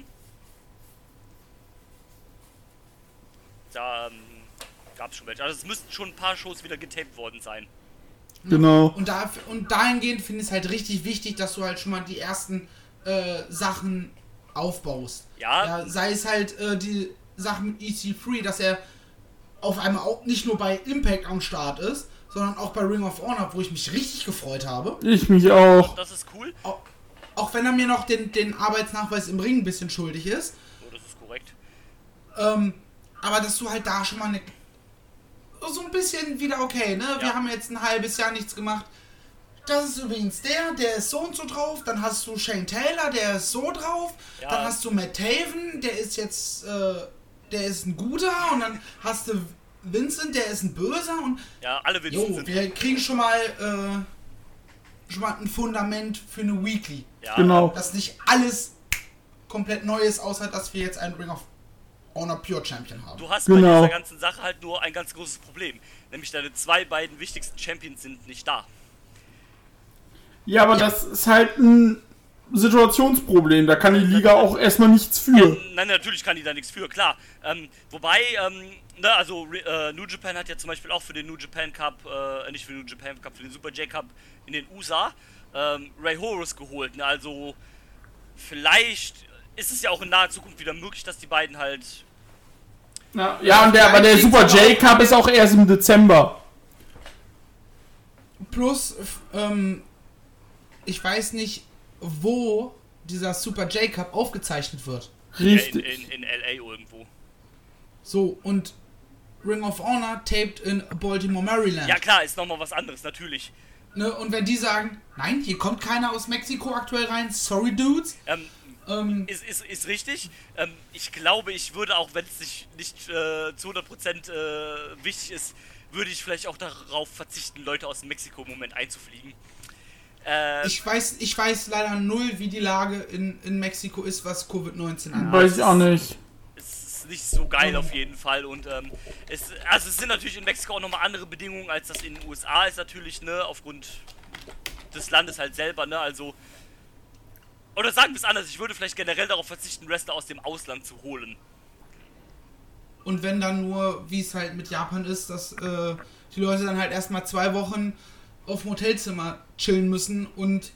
Da gab es schon welche. Also es müssten schon ein paar Shows wieder getaped worden sein. Genau. Und dahingehend finde ich es halt richtig wichtig, dass du halt schon mal die ersten Sachen aufbaust. Ja. Sei es halt die Sachen mit EC3, dass er auf einmal auch nicht nur bei Impact am Start ist, sondern auch bei Ring of Honor, wo ich mich richtig gefreut habe. Ich mich auch. Das ist cool. Auch wenn er mir noch den Arbeitsnachweis im Ring ein bisschen schuldig ist. Oh, das ist korrekt. Aber dass du halt da schon mal so ein bisschen wieder okay, ne? Wir Ja. haben jetzt ein halbes Jahr nichts gemacht. Das ist übrigens der ist so und so drauf. Dann hast du Shane Taylor, der ist so drauf. Ja. Dann hast du Matt Taven, der ist jetzt, der ist ein guter. Und dann hast du Vincent, der ist ein böser. Und Ja, alle Vincent jo, sind. wir kriegen schon mal ein Fundament für eine Weekly. Ja, Genau. Dass nicht alles komplett neu ist, außer dass wir jetzt einen Ring of Honor Pure Champion haben. Du hast bei Genau. dieser ganzen Sache halt nur ein ganz großes Problem. Nämlich deine beiden wichtigsten Champions sind nicht da. Ja, aber das ist halt ein Situationsproblem. Da kann die Liga auch erstmal nichts für. Nein, natürlich kann die da nichts für, klar. Wobei, also New Japan hat ja zum Beispiel auch für den New Japan Cup, nicht für den New Japan Cup, für den Super J Cup in den USA Ray Horus geholt. Ne? Also vielleicht ist es ja auch in naher Zukunft wieder möglich, dass die beiden halt... Ja, aber der Super J Cup ist auch erst im Dezember. Plus, ich weiß nicht, wo dieser Super J-Cup aufgezeichnet wird. Richtig. In LA irgendwo. So, und Ring of Honor taped in Baltimore, Maryland. Ja klar, ist nochmal was anderes, natürlich. Ne, und wenn die sagen, nein, hier kommt keiner aus Mexiko aktuell rein, sorry dudes. Ist richtig. Ich glaube, ich würde auch, wenn es nicht zu 100% wichtig ist, würde ich vielleicht auch darauf verzichten, Leute aus Mexiko im Moment einzufliegen. Ich weiß leider null, wie die Lage in Mexiko ist, was Covid-19 angeht. Weiß ich auch nicht. Es ist nicht so geil auf jeden Fall und es sind natürlich in Mexiko auch nochmal andere Bedingungen, als das in den USA ist natürlich, ne, aufgrund des Landes halt selber, ne, also oder sagen wir es anders, ich würde vielleicht generell darauf verzichten, Wrestler aus dem Ausland zu holen. Und wenn dann nur, wie es halt mit Japan ist, dass die Leute dann halt erstmal 2 Wochen auf dem Hotelzimmer chillen müssen und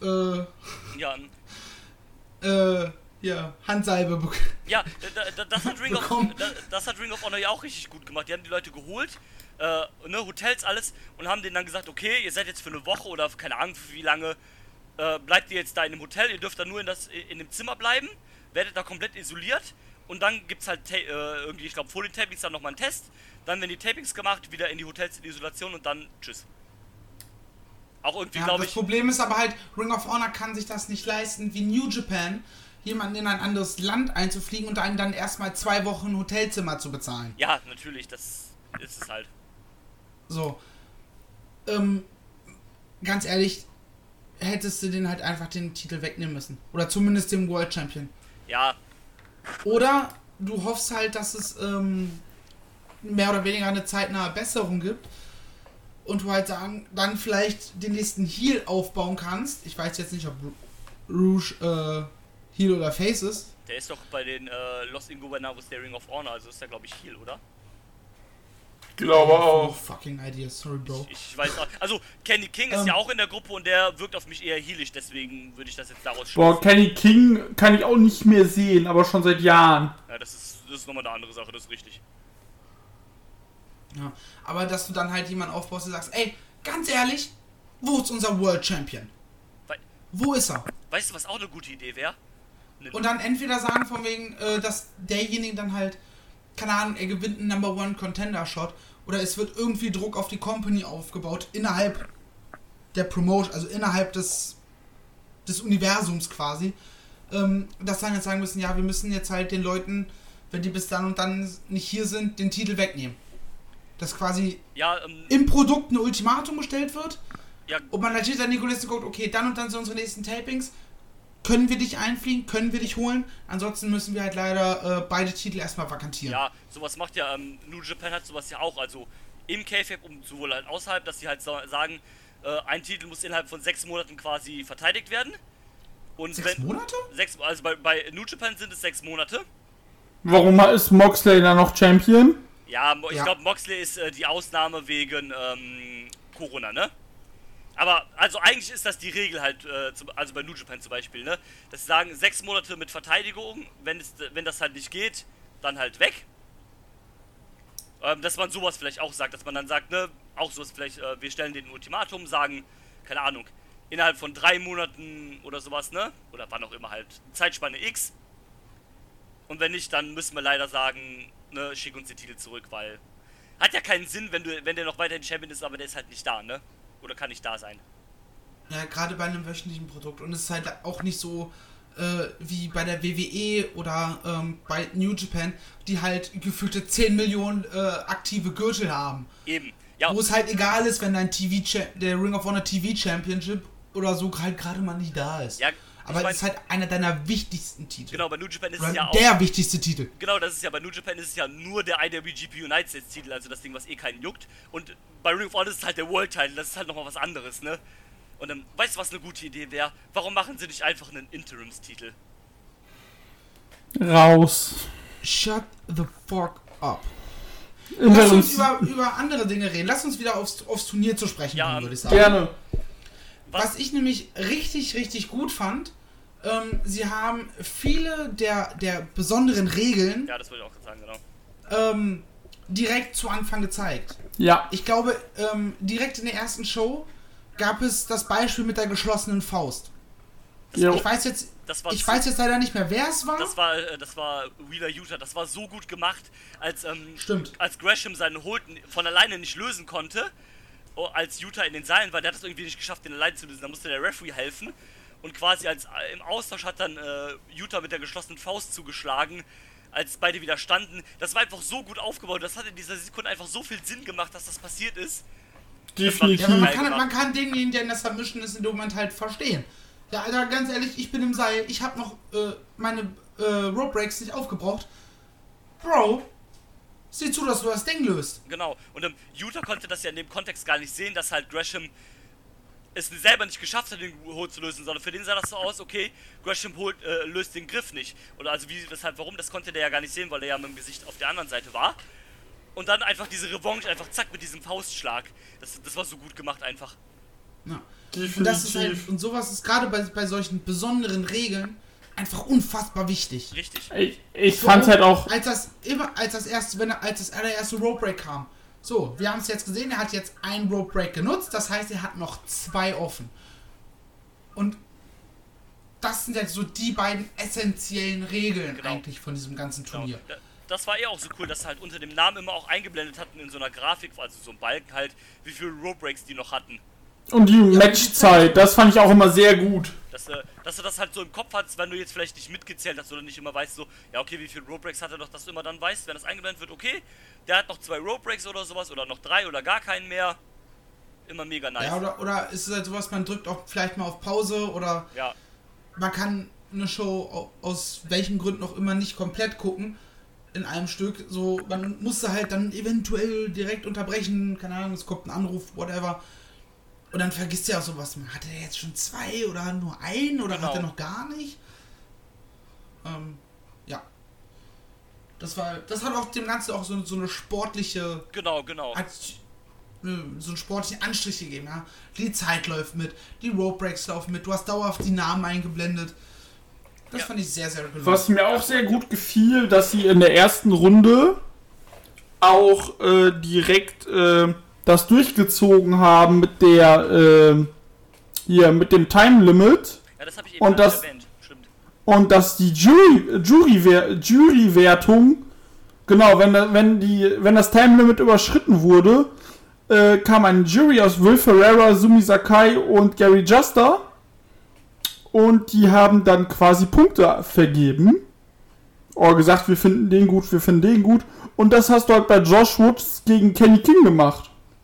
Handsalbe bekommen. Ja, das hat Ring of Honor ja auch richtig gut gemacht. Die haben die Leute geholt, Hotels, alles, und haben denen dann gesagt, okay, ihr seid jetzt für eine Woche oder keine Ahnung für wie lange, bleibt ihr jetzt da in dem Hotel, ihr dürft dann nur in dem Zimmer bleiben, werdet da komplett isoliert und dann gibt's halt irgendwie, ich glaube vor den Tapings dann nochmal einen Test, dann werden die Tapings gemacht, wieder in die Hotels in die Isolation und dann tschüss. Auch irgendwie, glaube ich... Das Problem ist aber halt, Ring of Honor kann sich das nicht leisten, wie New Japan, jemanden in ein anderes Land einzufliegen und einen dann erstmal 2 Wochen Hotelzimmer zu bezahlen. Ja, natürlich, das ist es halt. So. Ganz ehrlich, hättest du den halt einfach den Titel wegnehmen müssen. Oder zumindest den World Champion. Ja. Oder du hoffst halt, dass es mehr oder weniger eine zeitnahe Besserung gibt und du halt dann vielleicht den nächsten Heel aufbauen kannst. Ich weiß jetzt nicht, ob Rouge Heel oder Face ist. Der ist doch bei den Los Ingobernables der Ring of Honor, also ist der glaube ich Heel, oder? Glaube auch. Fucking idea, sorry bro. Ich weiß auch. Also Kenny King ist ja auch in der Gruppe und der wirkt auf mich eher heelisch, deswegen würde ich das jetzt daraus schließen. Boah, Kenny King kann ich auch nicht mehr sehen, aber schon seit Jahren. Ja, das ist nochmal eine andere Sache, das ist richtig. Ja, aber dass du dann halt jemanden aufbaust und sagst, ey, ganz ehrlich, wo ist unser World Champion? Wo ist er? Weißt du, was auch eine gute Idee wäre? Und dann entweder sagen von wegen, dass derjenige dann halt, keine Ahnung, er gewinnt einen Number One Contender Shot oder es wird irgendwie Druck auf die Company aufgebaut innerhalb der Promotion, also innerhalb des Universums quasi, dass dann jetzt sagen müssen, ja, wir müssen jetzt halt den Leuten, wenn die bis dann und dann nicht hier sind, den Titel wegnehmen. Dass quasi im Produkt ein Ultimatum gestellt wird und man natürlich dann die Kulissen guckt, okay, dann und dann sind unsere nächsten Tapings, können wir dich einfliegen, können wir dich holen, ansonsten müssen wir halt leider beide Titel erstmal vakantieren. Ja, sowas macht ja, New Japan hat sowas ja auch, also im K-Fab und sowohl halt außerhalb, dass sie halt sagen, ein Titel muss innerhalb von 6 Monaten quasi verteidigt werden. Und 6 Monate? Also bei New Japan sind es 6 Monate. Warum ist Moxley da noch Champion? Ja, ich glaube Moxley ist die Ausnahme wegen Corona, ne? Aber, also eigentlich ist das die Regel halt, also bei New Japan zum Beispiel, ne? Dass sie sagen, 6 Monate mit Verteidigung, wenn das halt nicht geht, dann halt weg. Dass man sowas vielleicht auch sagt, dass man dann sagt, ne, auch sowas vielleicht, wir stellen den Ultimatum, sagen, keine Ahnung, innerhalb von 3 Monaten oder sowas, ne? Oder wann auch immer halt, Zeitspanne X. Und wenn nicht, dann müssen wir leider sagen, ne, schick uns den Titel zurück, weil hat ja keinen Sinn, wenn der noch weiterhin Champion ist, aber der ist halt nicht da, ne? Oder kann nicht da sein. Ja, gerade bei einem wöchentlichen Produkt. Und es ist halt auch nicht so wie bei der WWE oder bei New Japan, die halt gefühlte 10 Millionen aktive Gürtel haben. Eben, ja. Wo es halt egal ist, wenn dein der Ring of Honor TV Championship oder so halt gerade mal nicht da ist. Ja, aber es ist halt einer deiner wichtigsten Titel. Genau, bei New Japan ist es ja auch... Der wichtigste Titel. Genau, das ist ja, bei New Japan ist es ja nur der IWGP United States Titel, also das Ding, was eh keinen juckt. Und bei Ring of Honor ist es halt der World Title, das ist halt nochmal was anderes, ne? Und dann, weißt du, was eine gute Idee wäre? Warum machen sie nicht einfach einen Interimstitel? Raus. Shut the fuck up. Lass uns über andere Dinge reden. Lass uns wieder aufs Turnier zu sprechen kommen, würde ich sagen. Gerne. Was ich nämlich richtig, richtig gut fand, sie haben viele der besonderen Regeln ja, das wollte ich auch sagen, genau. Direkt zu Anfang gezeigt. Ja. Ich glaube, direkt in der ersten Show gab es das Beispiel mit der geschlossenen Faust. Ich weiß jetzt leider nicht mehr, wer es war. Das war Wheeler Yuta. Das war so gut gemacht, als Gresham seinen Hold von alleine nicht lösen konnte, als Yuta in den Seilen war. Der hat es irgendwie nicht geschafft, den allein zu lösen. Da musste der Referee helfen. Und quasi im Austausch hat dann Yuta mit der geschlossenen Faust zugeschlagen, als beide wieder standen. Das war einfach so gut aufgebaut. Das hat in dieser Sekunde einfach so viel Sinn gemacht, dass das passiert ist. Definitiv. Ja, man kann denjenigen, der in der Submission ist, in dem Moment halt verstehen. Ja, Alter, ganz ehrlich, ich bin im Seil. Ich habe noch meine Rope Breaks nicht aufgebraucht. Bro, sieh zu, dass du das Ding löst. Genau. Und Yuta konnte das ja in dem Kontext gar nicht sehen, dass halt Gresham es selber nicht geschafft hat, den Hold zu lösen, sondern für den sah das so aus, okay, Gresham löst den Griff nicht. Oder also weshalb, warum, das konnte der ja gar nicht sehen, weil er ja mit dem Gesicht auf der anderen Seite war. Und dann einfach diese Revanche, einfach zack, mit diesem Faustschlag. Das war so gut gemacht einfach. Ja. Und das ist halt, und sowas ist gerade bei solchen besonderen Regeln einfach unfassbar wichtig. Richtig. Ich fand's halt auch... Als das allererste Rope Break kam. So, wir haben es jetzt gesehen, er hat jetzt einen Rope Break genutzt, das heißt, er hat noch 2 offen. Und das sind jetzt so die beiden essentiellen Regeln eigentlich von diesem ganzen Turnier. Genau. Das war auch so cool, dass sie halt unter dem Namen immer auch eingeblendet hatten in so einer Grafik, also so ein Balken halt, wie viele Rope Breaks die noch hatten. Und die Matchzeit, das fand ich auch immer sehr gut. Dass du das halt so im Kopf hast, wenn du jetzt vielleicht nicht mitgezählt hast oder nicht immer weißt, so, ja okay, wie viele Rope Breaks hat er noch, dass du immer dann weißt, wenn das eingeblendet wird, okay, der hat noch 2 Rope Breaks oder sowas oder noch 3 oder gar keinen mehr. Immer mega nice. Ja, oder ist es halt sowas, man drückt auch vielleicht mal auf Pause oder man kann eine Show aus welchen Gründen auch immer nicht komplett gucken in einem Stück. So, man musste halt dann eventuell direkt unterbrechen, keine Ahnung, es kommt ein Anruf, whatever. Und dann vergisst du ja auch sowas. Hat er jetzt schon 2 oder nur 1 oder hat er noch gar nicht? Ja. Das hat auch dem Ganzen auch so eine sportliche... Genau. So einen sportlichen Anstrich gegeben, ja. Die Zeit läuft mit, die Rope Breaks laufen mit, du hast dauerhaft die Namen eingeblendet. Das fand ich sehr, sehr gelungen. Was mir auch sehr gut gefiel, dass sie in der ersten Runde auch direkt... das durchgezogen haben mit der mit dem Time Limit. Ja, das habe ich eben erwähnt, stimmt. Und dass die Jurywertung, genau, wenn das Time Limit überschritten wurde, kam eine Jury aus Will Ferreira, Sumi Sakai und Gary Juster und die haben dann quasi Punkte vergeben. Gesagt, wir finden den gut. Und das hast du halt bei Josh Woods gegen Kenny King gemacht.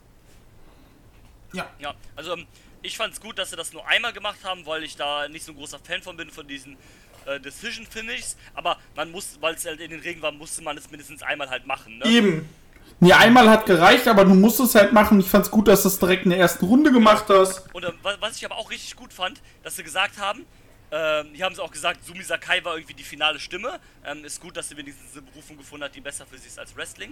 Ja, also ich fand's gut, dass sie das nur einmal gemacht haben, weil ich da nicht so ein großer Fan von diesen Decision-Finishes, aber man muss, weil es halt in den Regeln war, musste man es mindestens einmal halt machen, ne? Eben. Nee, einmal hat gereicht, aber du musst es halt machen. Ich fand's gut, dass du es direkt in der ersten Runde gemacht hast. Und was ich aber auch richtig gut fand, dass sie gesagt haben, hier haben sie auch gesagt, Sumi Sakai war irgendwie die finale Stimme. Ist gut, dass sie wenigstens eine Berufung gefunden hat, die besser für sie ist als Wrestling.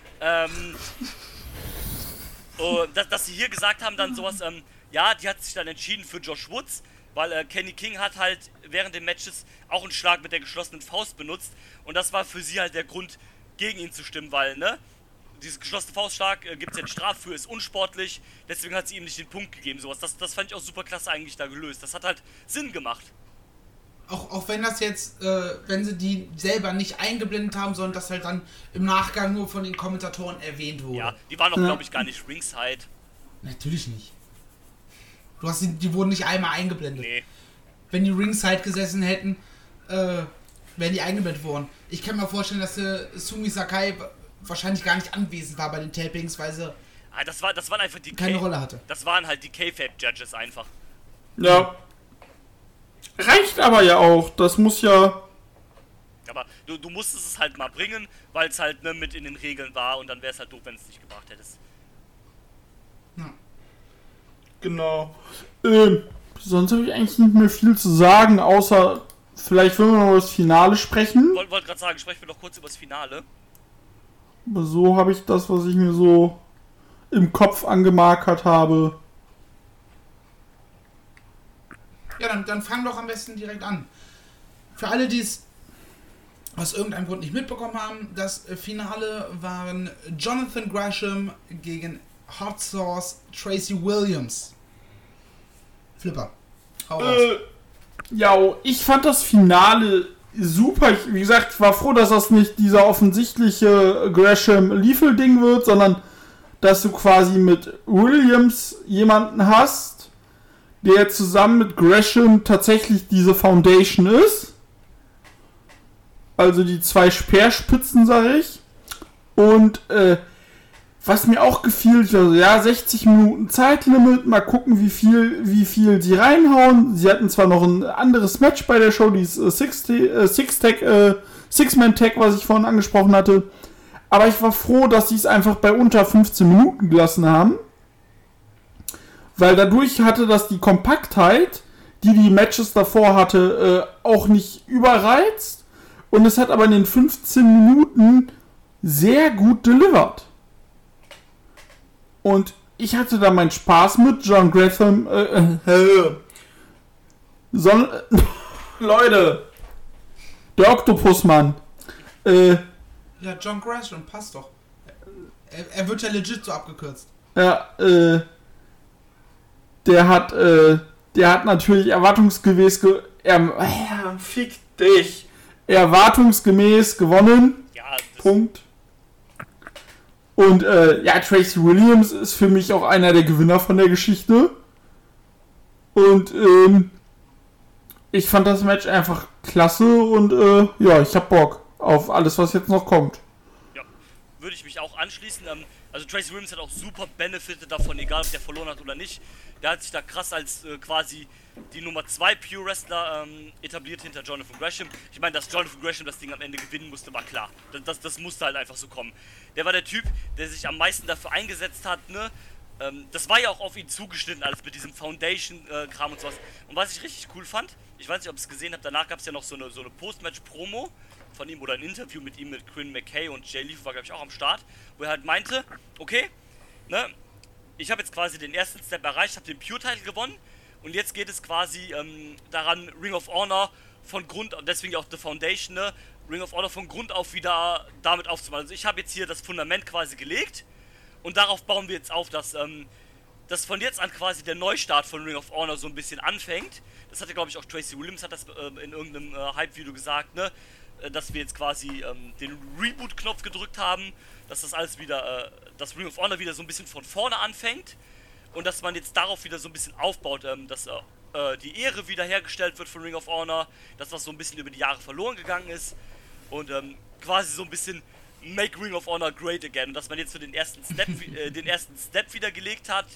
Dass sie hier gesagt haben, dann sowas, die hat sich dann entschieden für Josh Woods, weil Kenny King hat halt während den Matches auch einen Schlag mit der geschlossenen Faust benutzt und das war für sie halt der Grund, gegen ihn zu stimmen, weil, ne, dieses geschlossene Faustschlag gibt es ja die Strafe für, ist unsportlich, deswegen hat sie ihm nicht den Punkt gegeben, sowas. Das fand ich auch super klasse eigentlich da gelöst, das hat halt Sinn gemacht. Auch wenn das jetzt, wenn sie die selber nicht eingeblendet haben, sondern das halt dann im Nachgang nur von den Kommentatoren erwähnt wurde. Ja, die waren doch, glaube ich, gar nicht ringside. Natürlich nicht. Die wurden nicht einmal eingeblendet. Nee. Wenn die ringside gesessen hätten, wären die eingeblendet worden. Ich kann mir vorstellen, dass Sumi Sakai wahrscheinlich gar nicht anwesend war bei den Tapings, weil sie das waren einfach die keine Rolle hatte. Das waren halt die K-Fape-Judges einfach. Ja. Reicht aber ja auch, das muss ja... Aber du musstest es halt mal bringen, weil es halt mit in den Regeln war und dann wäre es halt doof, wenn du es nicht gebracht hättest. Ja. Genau. Sonst habe ich eigentlich nicht mehr viel zu sagen, außer vielleicht wollen wir noch über das Finale sprechen. Wollte gerade sagen, sprechen wir doch kurz über das Finale. Aber so habe ich das, was ich mir so im Kopf angemarkert habe. Ja, dann fang doch am besten direkt an. Für alle, die es aus irgendeinem Grund nicht mitbekommen haben, das Finale waren Jonathan Gresham gegen Hot Sauce Tracy Williams. Flipper. Hau raus. Ja, ich fand das Finale super. Wie gesagt, ich war froh, dass das nicht dieser offensichtliche Gresham-Lethal-Ding wird, sondern dass du quasi mit Williams jemanden hast, der zusammen mit Gresham tatsächlich diese Foundation ist. Also die zwei Speerspitzen, sag ich. Und was mir auch gefiel, also, ja, 60 Minuten Zeitlimit, mal gucken, wie viel sie reinhauen. Sie hatten zwar noch ein anderes Match bei der Show, dieses Six-Man-Tag, was ich vorhin angesprochen hatte. Aber ich war froh, dass sie es einfach bei unter 15 Minuten gelassen haben. Weil dadurch hatte das die Kompaktheit, die Matches davor hatte, auch nicht überreizt. Und es hat aber in den 15 Minuten sehr gut delivered. Und ich hatte da meinen Spaß mit. John Gresham. Leute. Der Oktopusmann. Ja, John Gresham, passt doch. Er wird ja legit so abgekürzt. Ja, der hat natürlich erwartungsgemäß fick dich. Erwartungsgemäß gewonnen. Ja, Punkt. Und Tracy Williams ist für mich auch einer der Gewinner von der Geschichte. Und ich fand das Match einfach klasse und ich hab Bock auf alles, was jetzt noch kommt. Ja, würde ich mich auch anschließen. Also Tracy Williams hat auch super benefited davon, egal ob der verloren hat oder nicht. Der hat sich da krass als quasi die Nummer 2 Pure Wrestler etabliert hinter Jonathan Gresham. Ich meine, dass Jonathan Gresham das Ding am Ende gewinnen musste, war klar. Das musste halt einfach so kommen. Der war der Typ, der sich am meisten dafür eingesetzt hat, ne? Das war ja auch auf ihn zugeschnitten, alles mit diesem Foundation-Kram und sowas. Und was ich richtig cool fand, ich weiß nicht, ob ihr es gesehen habt, danach gab es ja noch so eine Post-Match-Promo von ihm oder ein Interview mit ihm, mit Quinn McKay und Jay Lethal war, glaube ich, auch am Start, wo er halt meinte, okay, ne, ich habe jetzt quasi den ersten Step erreicht, habe den Pure-Title gewonnen und jetzt geht es quasi daran, Ring of Honor von Grund, deswegen auch The Foundation, ne, Ring of Honor von Grund auf wieder damit aufzubauen. Also ich habe jetzt hier das Fundament quasi gelegt und darauf bauen wir jetzt auf, dass von jetzt an quasi der Neustart von Ring of Honor so ein bisschen anfängt. Das hatte, glaube ich, auch Tracy Williams hat das in irgendeinem Hype-Video gesagt, ne, dass wir jetzt quasi den Reboot-Knopf gedrückt haben, dass das alles wieder, dass Ring of Honor wieder so ein bisschen von vorne anfängt und dass man jetzt darauf wieder so ein bisschen aufbaut, dass die Ehre wiederhergestellt wird von Ring of Honor, dass das so ein bisschen über die Jahre verloren gegangen ist und quasi so ein bisschen Make Ring of Honor great again und dass man jetzt so den ersten Step wieder gelegt hat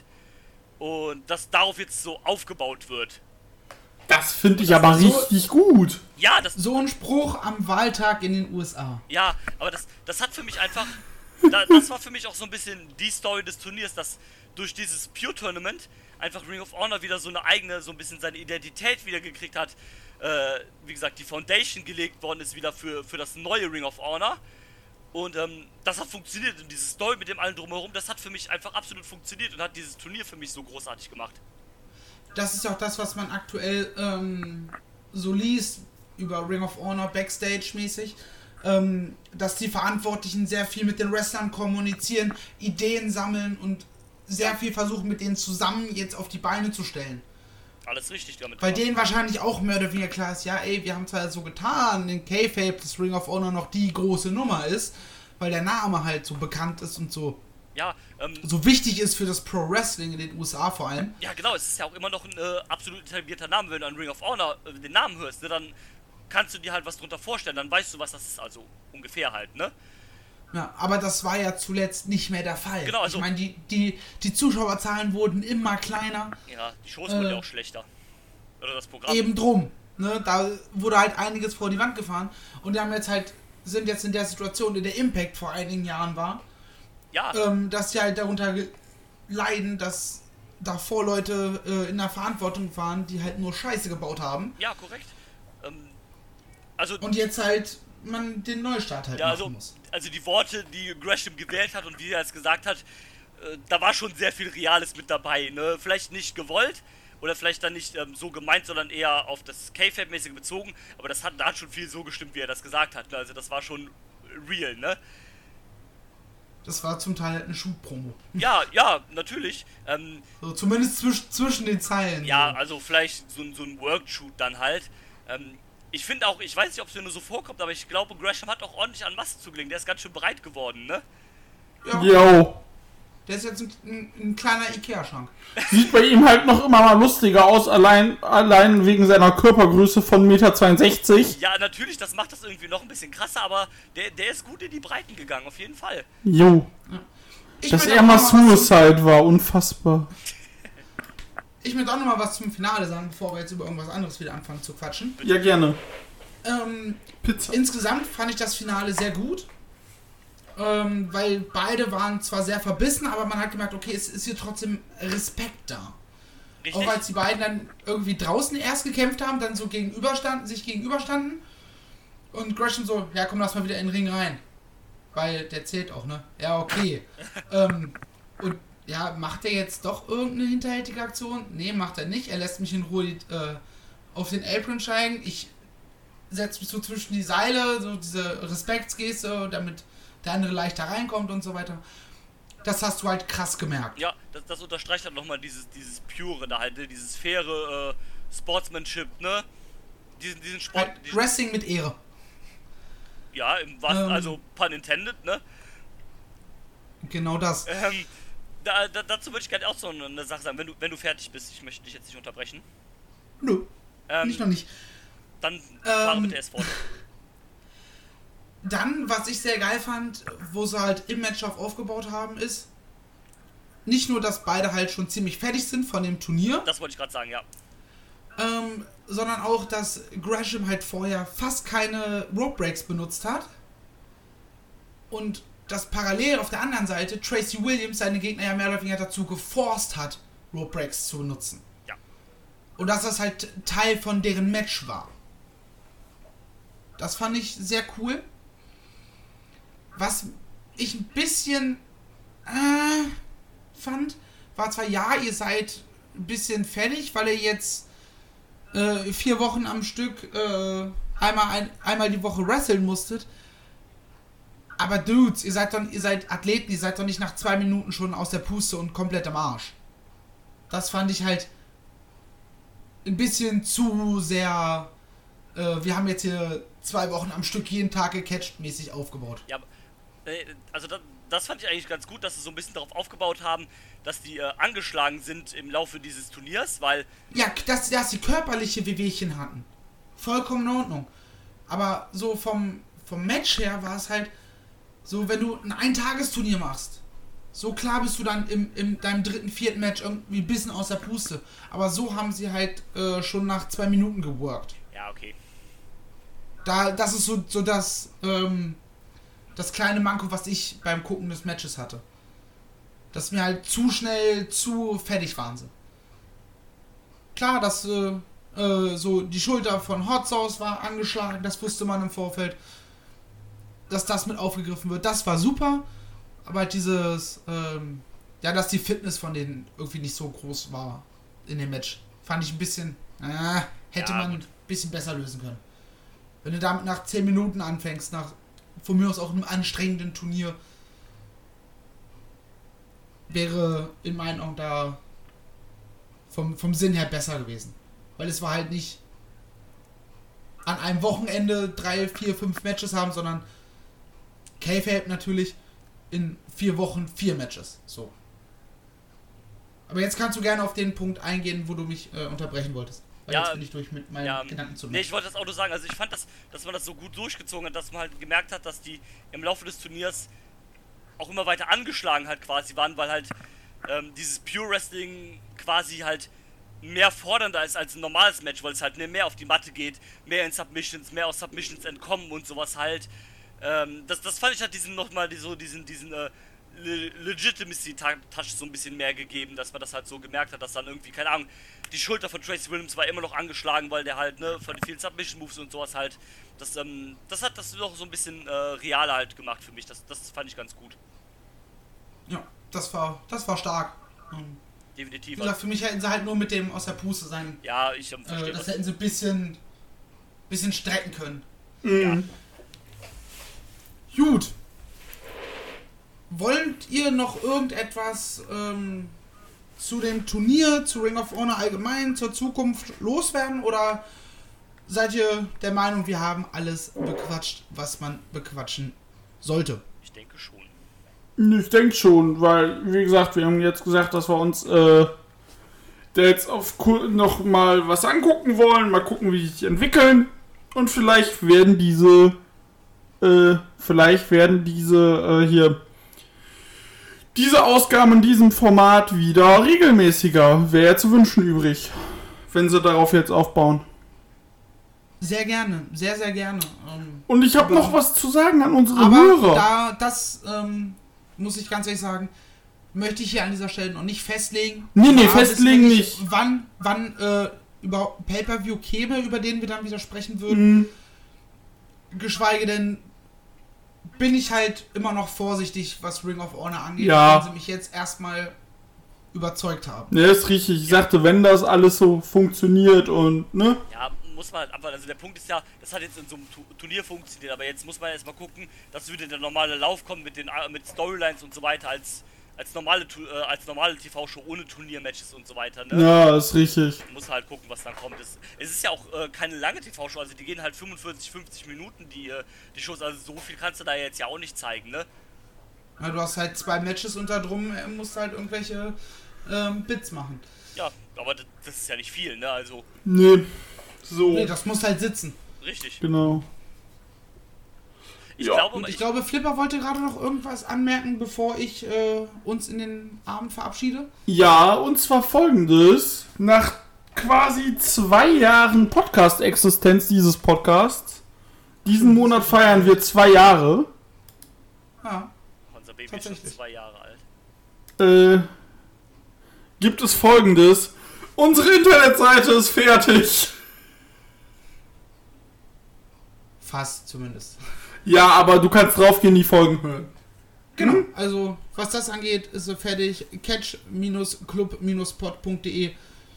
und dass darauf jetzt so aufgebaut wird. Das finde ich aber richtig gut. Ja, so ein Spruch am Wahltag in den USA. Ja, aber das hat für mich einfach, das war für mich auch so ein bisschen die Story des Turniers, dass durch dieses Pure Tournament einfach Ring of Honor wieder so eine eigene, so ein bisschen seine Identität wieder gekriegt hat. Wie gesagt, die Foundation gelegt worden ist wieder für das neue Ring of Honor. Und das hat funktioniert und diese Story mit dem allen drumherum, das hat für mich einfach absolut funktioniert und hat dieses Turnier für mich so großartig gemacht. Das ist auch das, was man aktuell so liest über Ring of Honor Backstage-mäßig, dass die Verantwortlichen sehr viel mit den Wrestlern kommunizieren, Ideen sammeln und sehr viel versuchen, mit denen zusammen jetzt auf die Beine zu stellen. Alles richtig damit. Weil denen wahrscheinlich auch mehr oder weniger klar ist, ja ey, wir haben zwar so getan, in Kayfabe, dass Ring of Honor noch die große Nummer ist, weil der Name halt so bekannt ist und so so wichtig ist für das Pro-Wrestling in den USA vor allem. Ja genau, es ist ja auch immer noch ein absolut etablierter Name, wenn du an Ring of Honor den Namen hörst, ne, dann kannst du dir halt was drunter vorstellen, dann weißt du, was das ist, also ungefähr halt, ne? Ja, aber das war ja zuletzt nicht mehr der Fall. Genau, also ich meine, die Zuschauerzahlen wurden immer kleiner. Ja, die Shows wurden ja auch schlechter. Oder das Programm. Eben drum. Ne? Da wurde halt einiges vor die Wand gefahren. Und sind jetzt in der Situation, in der Impact vor einigen Jahren war, dass sie halt darunter leiden, dass davor Leute in der Verantwortung waren, die halt nur Scheiße gebaut haben. Ja, korrekt. Und jetzt halt man den Neustart halt machen muss. Also die Worte, die Gresham gewählt hat und wie er es gesagt hat, da war schon sehr viel Reales mit dabei, ne? Vielleicht nicht gewollt oder vielleicht dann nicht so gemeint, sondern eher auf das K-Fab-mäßige bezogen, aber da hat schon viel so gestimmt, wie er das gesagt hat, ne? Also das war schon real, ne? Das war zum Teil halt eine Shoot-Promo. Ja, natürlich. So, zumindest zwischen den Zeilen. Ja, so. also vielleicht so ein Work-Shoot dann halt. Ich finde auch, ich weiß nicht, ob es mir nur so vorkommt, aber ich glaube, Gresham hat auch ordentlich an Masse zugelegt. Der ist ganz schön breit geworden, ne? Ja. Jo. Der ist jetzt ein kleiner Ikea-Schrank. Sieht bei ihm halt noch immer mal lustiger aus, allein wegen seiner Körpergröße von 1,62 Meter. Ja, natürlich, das macht das irgendwie noch ein bisschen krasser, aber der ist gut in die Breiten gegangen, auf jeden Fall. Jo. Dass er mal Suicide war, unfassbar. Ich möchte auch noch mal was zum Finale sagen, bevor wir jetzt über irgendwas anderes wieder anfangen zu quatschen. Ja, gerne. Pizza. Insgesamt fand ich das Finale sehr gut. Weil beide waren zwar sehr verbissen, aber man hat gemerkt, okay, es ist hier trotzdem Respekt da. Richtig? Auch als die beiden dann irgendwie draußen erst gekämpft haben, dann so sich gegenüberstanden. Und Gresham so, ja komm, lass mal wieder in den Ring rein. Weil der zählt auch, ne? Ja, okay. Und ja, macht er jetzt doch irgendeine hinterhältige Aktion? Nee, macht er nicht. Er lässt mich in Ruhe auf den Apron steigen. Ich setze mich so zwischen die Seile, so diese Respektsgeste, damit der andere leichter reinkommt und so weiter. Das hast du halt krass gemerkt. Ja, das unterstreicht halt nochmal dieses Pure da halt, ne? Dieses faire Sportsmanship, ne? Diesen Sport... Halt Wrestling mit Ehre. Ja, im wahrsten, also pun intended, ne? Genau das. Dazu würde ich gerne auch so eine Sache sagen, wenn du fertig bist, ich möchte dich jetzt nicht unterbrechen. Nö, nicht noch nicht. Dann fahre bitte erst fort. Dann, was ich sehr geil fand, wo sie halt im Match aufgebaut haben, ist nicht nur, dass beide halt schon ziemlich fertig sind von dem Turnier. Das wollte ich gerade sagen, ja. Sondern auch, dass Gresham halt vorher fast keine Rope Breaks benutzt hat. Und dass parallel auf der anderen Seite Tracy Williams seine Gegner ja mehr oder weniger dazu geforst hat, Rope Breaks zu benutzen. Ja. Und dass das halt Teil von deren Match war. Das fand ich sehr cool. Was ich ein bisschen fand, war zwar, ja, ihr seid ein bisschen fertig, weil ihr jetzt 4 Wochen am Stück einmal die Woche wresteln musstet. Aber Dudes, ihr seid Athleten, ihr seid doch nicht nach 2 Minuten schon aus der Puste und komplett am Arsch. Das fand ich halt ein bisschen zu sehr, wir haben jetzt hier 2 Wochen am Stück jeden Tag gecatcht mäßig aufgebaut. Ja, also das fand ich eigentlich ganz gut, dass sie so ein bisschen darauf aufgebaut haben, dass die angeschlagen sind im Laufe dieses Turniers, weil... Ja, dass die körperliche Wehwehchen hatten. Vollkommen in Ordnung. Aber so vom Match her war es halt so, wenn du ein Eintagesturnier machst, so klar bist du dann in deinem 3., 4. Match irgendwie ein bisschen aus der Puste. Aber so haben sie halt schon nach 2 Minuten geworkt. Ja, okay. Das ist so das kleine Manko, was ich beim Gucken des Matches hatte. Dass mir halt zu schnell, zu fertig waren sie. Klar, dass so die Schulter von Hot Sauce war angeschlagen, das wusste man im Vorfeld. Dass das mit aufgegriffen wird, das war super. Aber halt dieses, dass die Fitness von denen irgendwie nicht so groß war in dem Match. Fand ich ein bisschen, hätte man ein bisschen besser lösen können. Wenn du damit nach 10 Minuten anfängst, nach von mir aus auch einem anstrengenden Turnier, wäre in meinen Augen da vom Sinn her besser gewesen. Weil es war halt nicht an einem Wochenende 3, 4, 5 Matches haben, sondern Kayfabe natürlich in 4 Wochen 4 Matches. So. Aber jetzt kannst du gerne auf den Punkt eingehen, wo du mich unterbrechen wolltest. Weil jetzt bin ich durch mit meinen Gedanken zu. Nee, ich wollte das auch nur sagen, also ich fand, dass man das so gut durchgezogen hat, dass man halt gemerkt hat, dass die im Laufe des Turniers auch immer weiter angeschlagen halt quasi waren, weil halt dieses Pure Wrestling quasi halt mehr fordernder ist als ein normales Match, weil es halt mehr auf die Matte geht, mehr in Submissions, mehr aus Submissions entkommen und sowas halt. Das fand ich halt diesen Legitimacy-Touch so ein bisschen mehr gegeben, dass man das halt so gemerkt hat, dass dann irgendwie, keine Ahnung, die Schulter von Tracy Williams war immer noch angeschlagen, weil der halt, von den vielen Submission-Moves und sowas halt, das hat das doch so ein bisschen realer halt gemacht für mich, das fand ich ganz gut. Ja, das war stark. Definitiv. Wie gesagt, für mich hätten sie halt nur mit dem aus der Puste sein. Ja, ich verstehe. Das hätten sie ein bisschen strecken können. Mhm. Ja. Gut. wollt ihr noch irgendetwas zu dem Turnier, zu Ring of Honor allgemein, zur Zukunft loswerden? Oder seid ihr der Meinung, wir haben alles bequatscht, was man bequatschen sollte? Ich denke schon. Ich denke schon, weil, wie gesagt, wir haben jetzt gesagt, dass wir uns da jetzt noch mal was angucken wollen, mal gucken, wie die sich entwickeln. Und vielleicht werden diese diese Ausgaben in diesem Format wieder regelmäßiger. Wäre ja zu wünschen übrig, wenn sie darauf jetzt aufbauen. Sehr gerne, sehr, sehr gerne. Und ich habe noch was zu sagen an unsere aber Hörer. Das muss ich ganz ehrlich sagen, möchte ich hier an dieser Stelle noch nicht festlegen. Nee, festlegen nicht. Wann über Pay-Per-View käme, über den wir dann wieder sprechen würden. Geschweige denn, bin ich halt immer noch vorsichtig, was Ring of Honor angeht, wenn sie mich jetzt erstmal überzeugt haben. Ne, ist richtig. Ich sagte, wenn das alles so funktioniert und, ne? Ja, muss man halt abwarten. Also der Punkt ist ja, das hat jetzt in so einem Turnier funktioniert, aber jetzt muss man erstmal gucken, dass wieder der normale Lauf kommt mit Storylines und so weiter als normale TV-Show ohne Turniermatches und so weiter, ne? Ja, ist richtig. Muss halt gucken, was dann kommt. Es ist ja auch keine lange TV-Show, also die gehen halt 45, 50 Minuten, die Shows, also so viel kannst du da jetzt ja auch nicht zeigen, ne? Ja, du hast halt 2 Matches und da drum musst halt irgendwelche Bits machen. Ja, aber das ist ja nicht viel, ne? Also. Nee, so. Nee, das muss halt sitzen. Richtig. Genau. Ich glaube, Flipper wollte gerade noch irgendwas anmerken, bevor ich uns in den Abend verabschiede. Ja, und zwar folgendes. Nach quasi 2 Jahren Podcast-Existenz dieses Podcasts, diesen Monat feiern wir 2 Jahre. Ja. Unser Baby ist schon 2 Jahre alt. Gibt es folgendes. Unsere Internetseite ist fertig. Fast zumindest. Ja, aber du kannst draufgehen, die Folgen hören. Genau, also was das angeht, ist so fertig. catch-club-pod.de.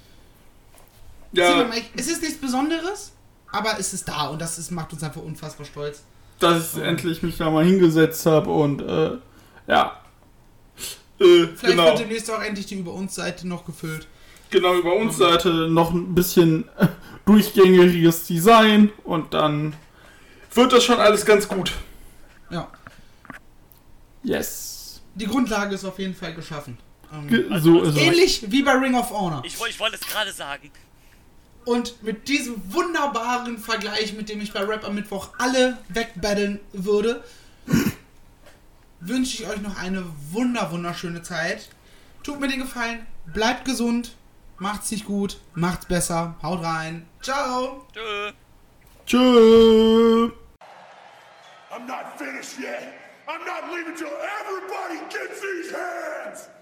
Ja. Es ist nichts Besonderes, aber es ist da und macht uns einfach unfassbar stolz. Dass ich endlich mich da mal hingesetzt habe und ja. Vielleicht genau. wird demnächst auch endlich die Über uns Seite noch gefüllt. Genau, über uns Seite noch ein bisschen durchgängiges Design und dann wird das schon alles ganz gut. Ja. Yes. Die Grundlage ist auf jeden Fall geschaffen. So ist es. Ähnlich wie bei Ring of Honor. Ich wollte es gerade sagen. Und mit diesem wunderbaren Vergleich, mit dem ich bei Rap am Mittwoch alle wegbattlen würde, wünsche ich euch noch eine wunderschöne Zeit. Tut mir den Gefallen, bleibt gesund, macht's nicht gut, macht's besser, haut rein. Ciao. Tschö. Tschö. I'm not finished yet. I'm not leaving till everybody gets these hands.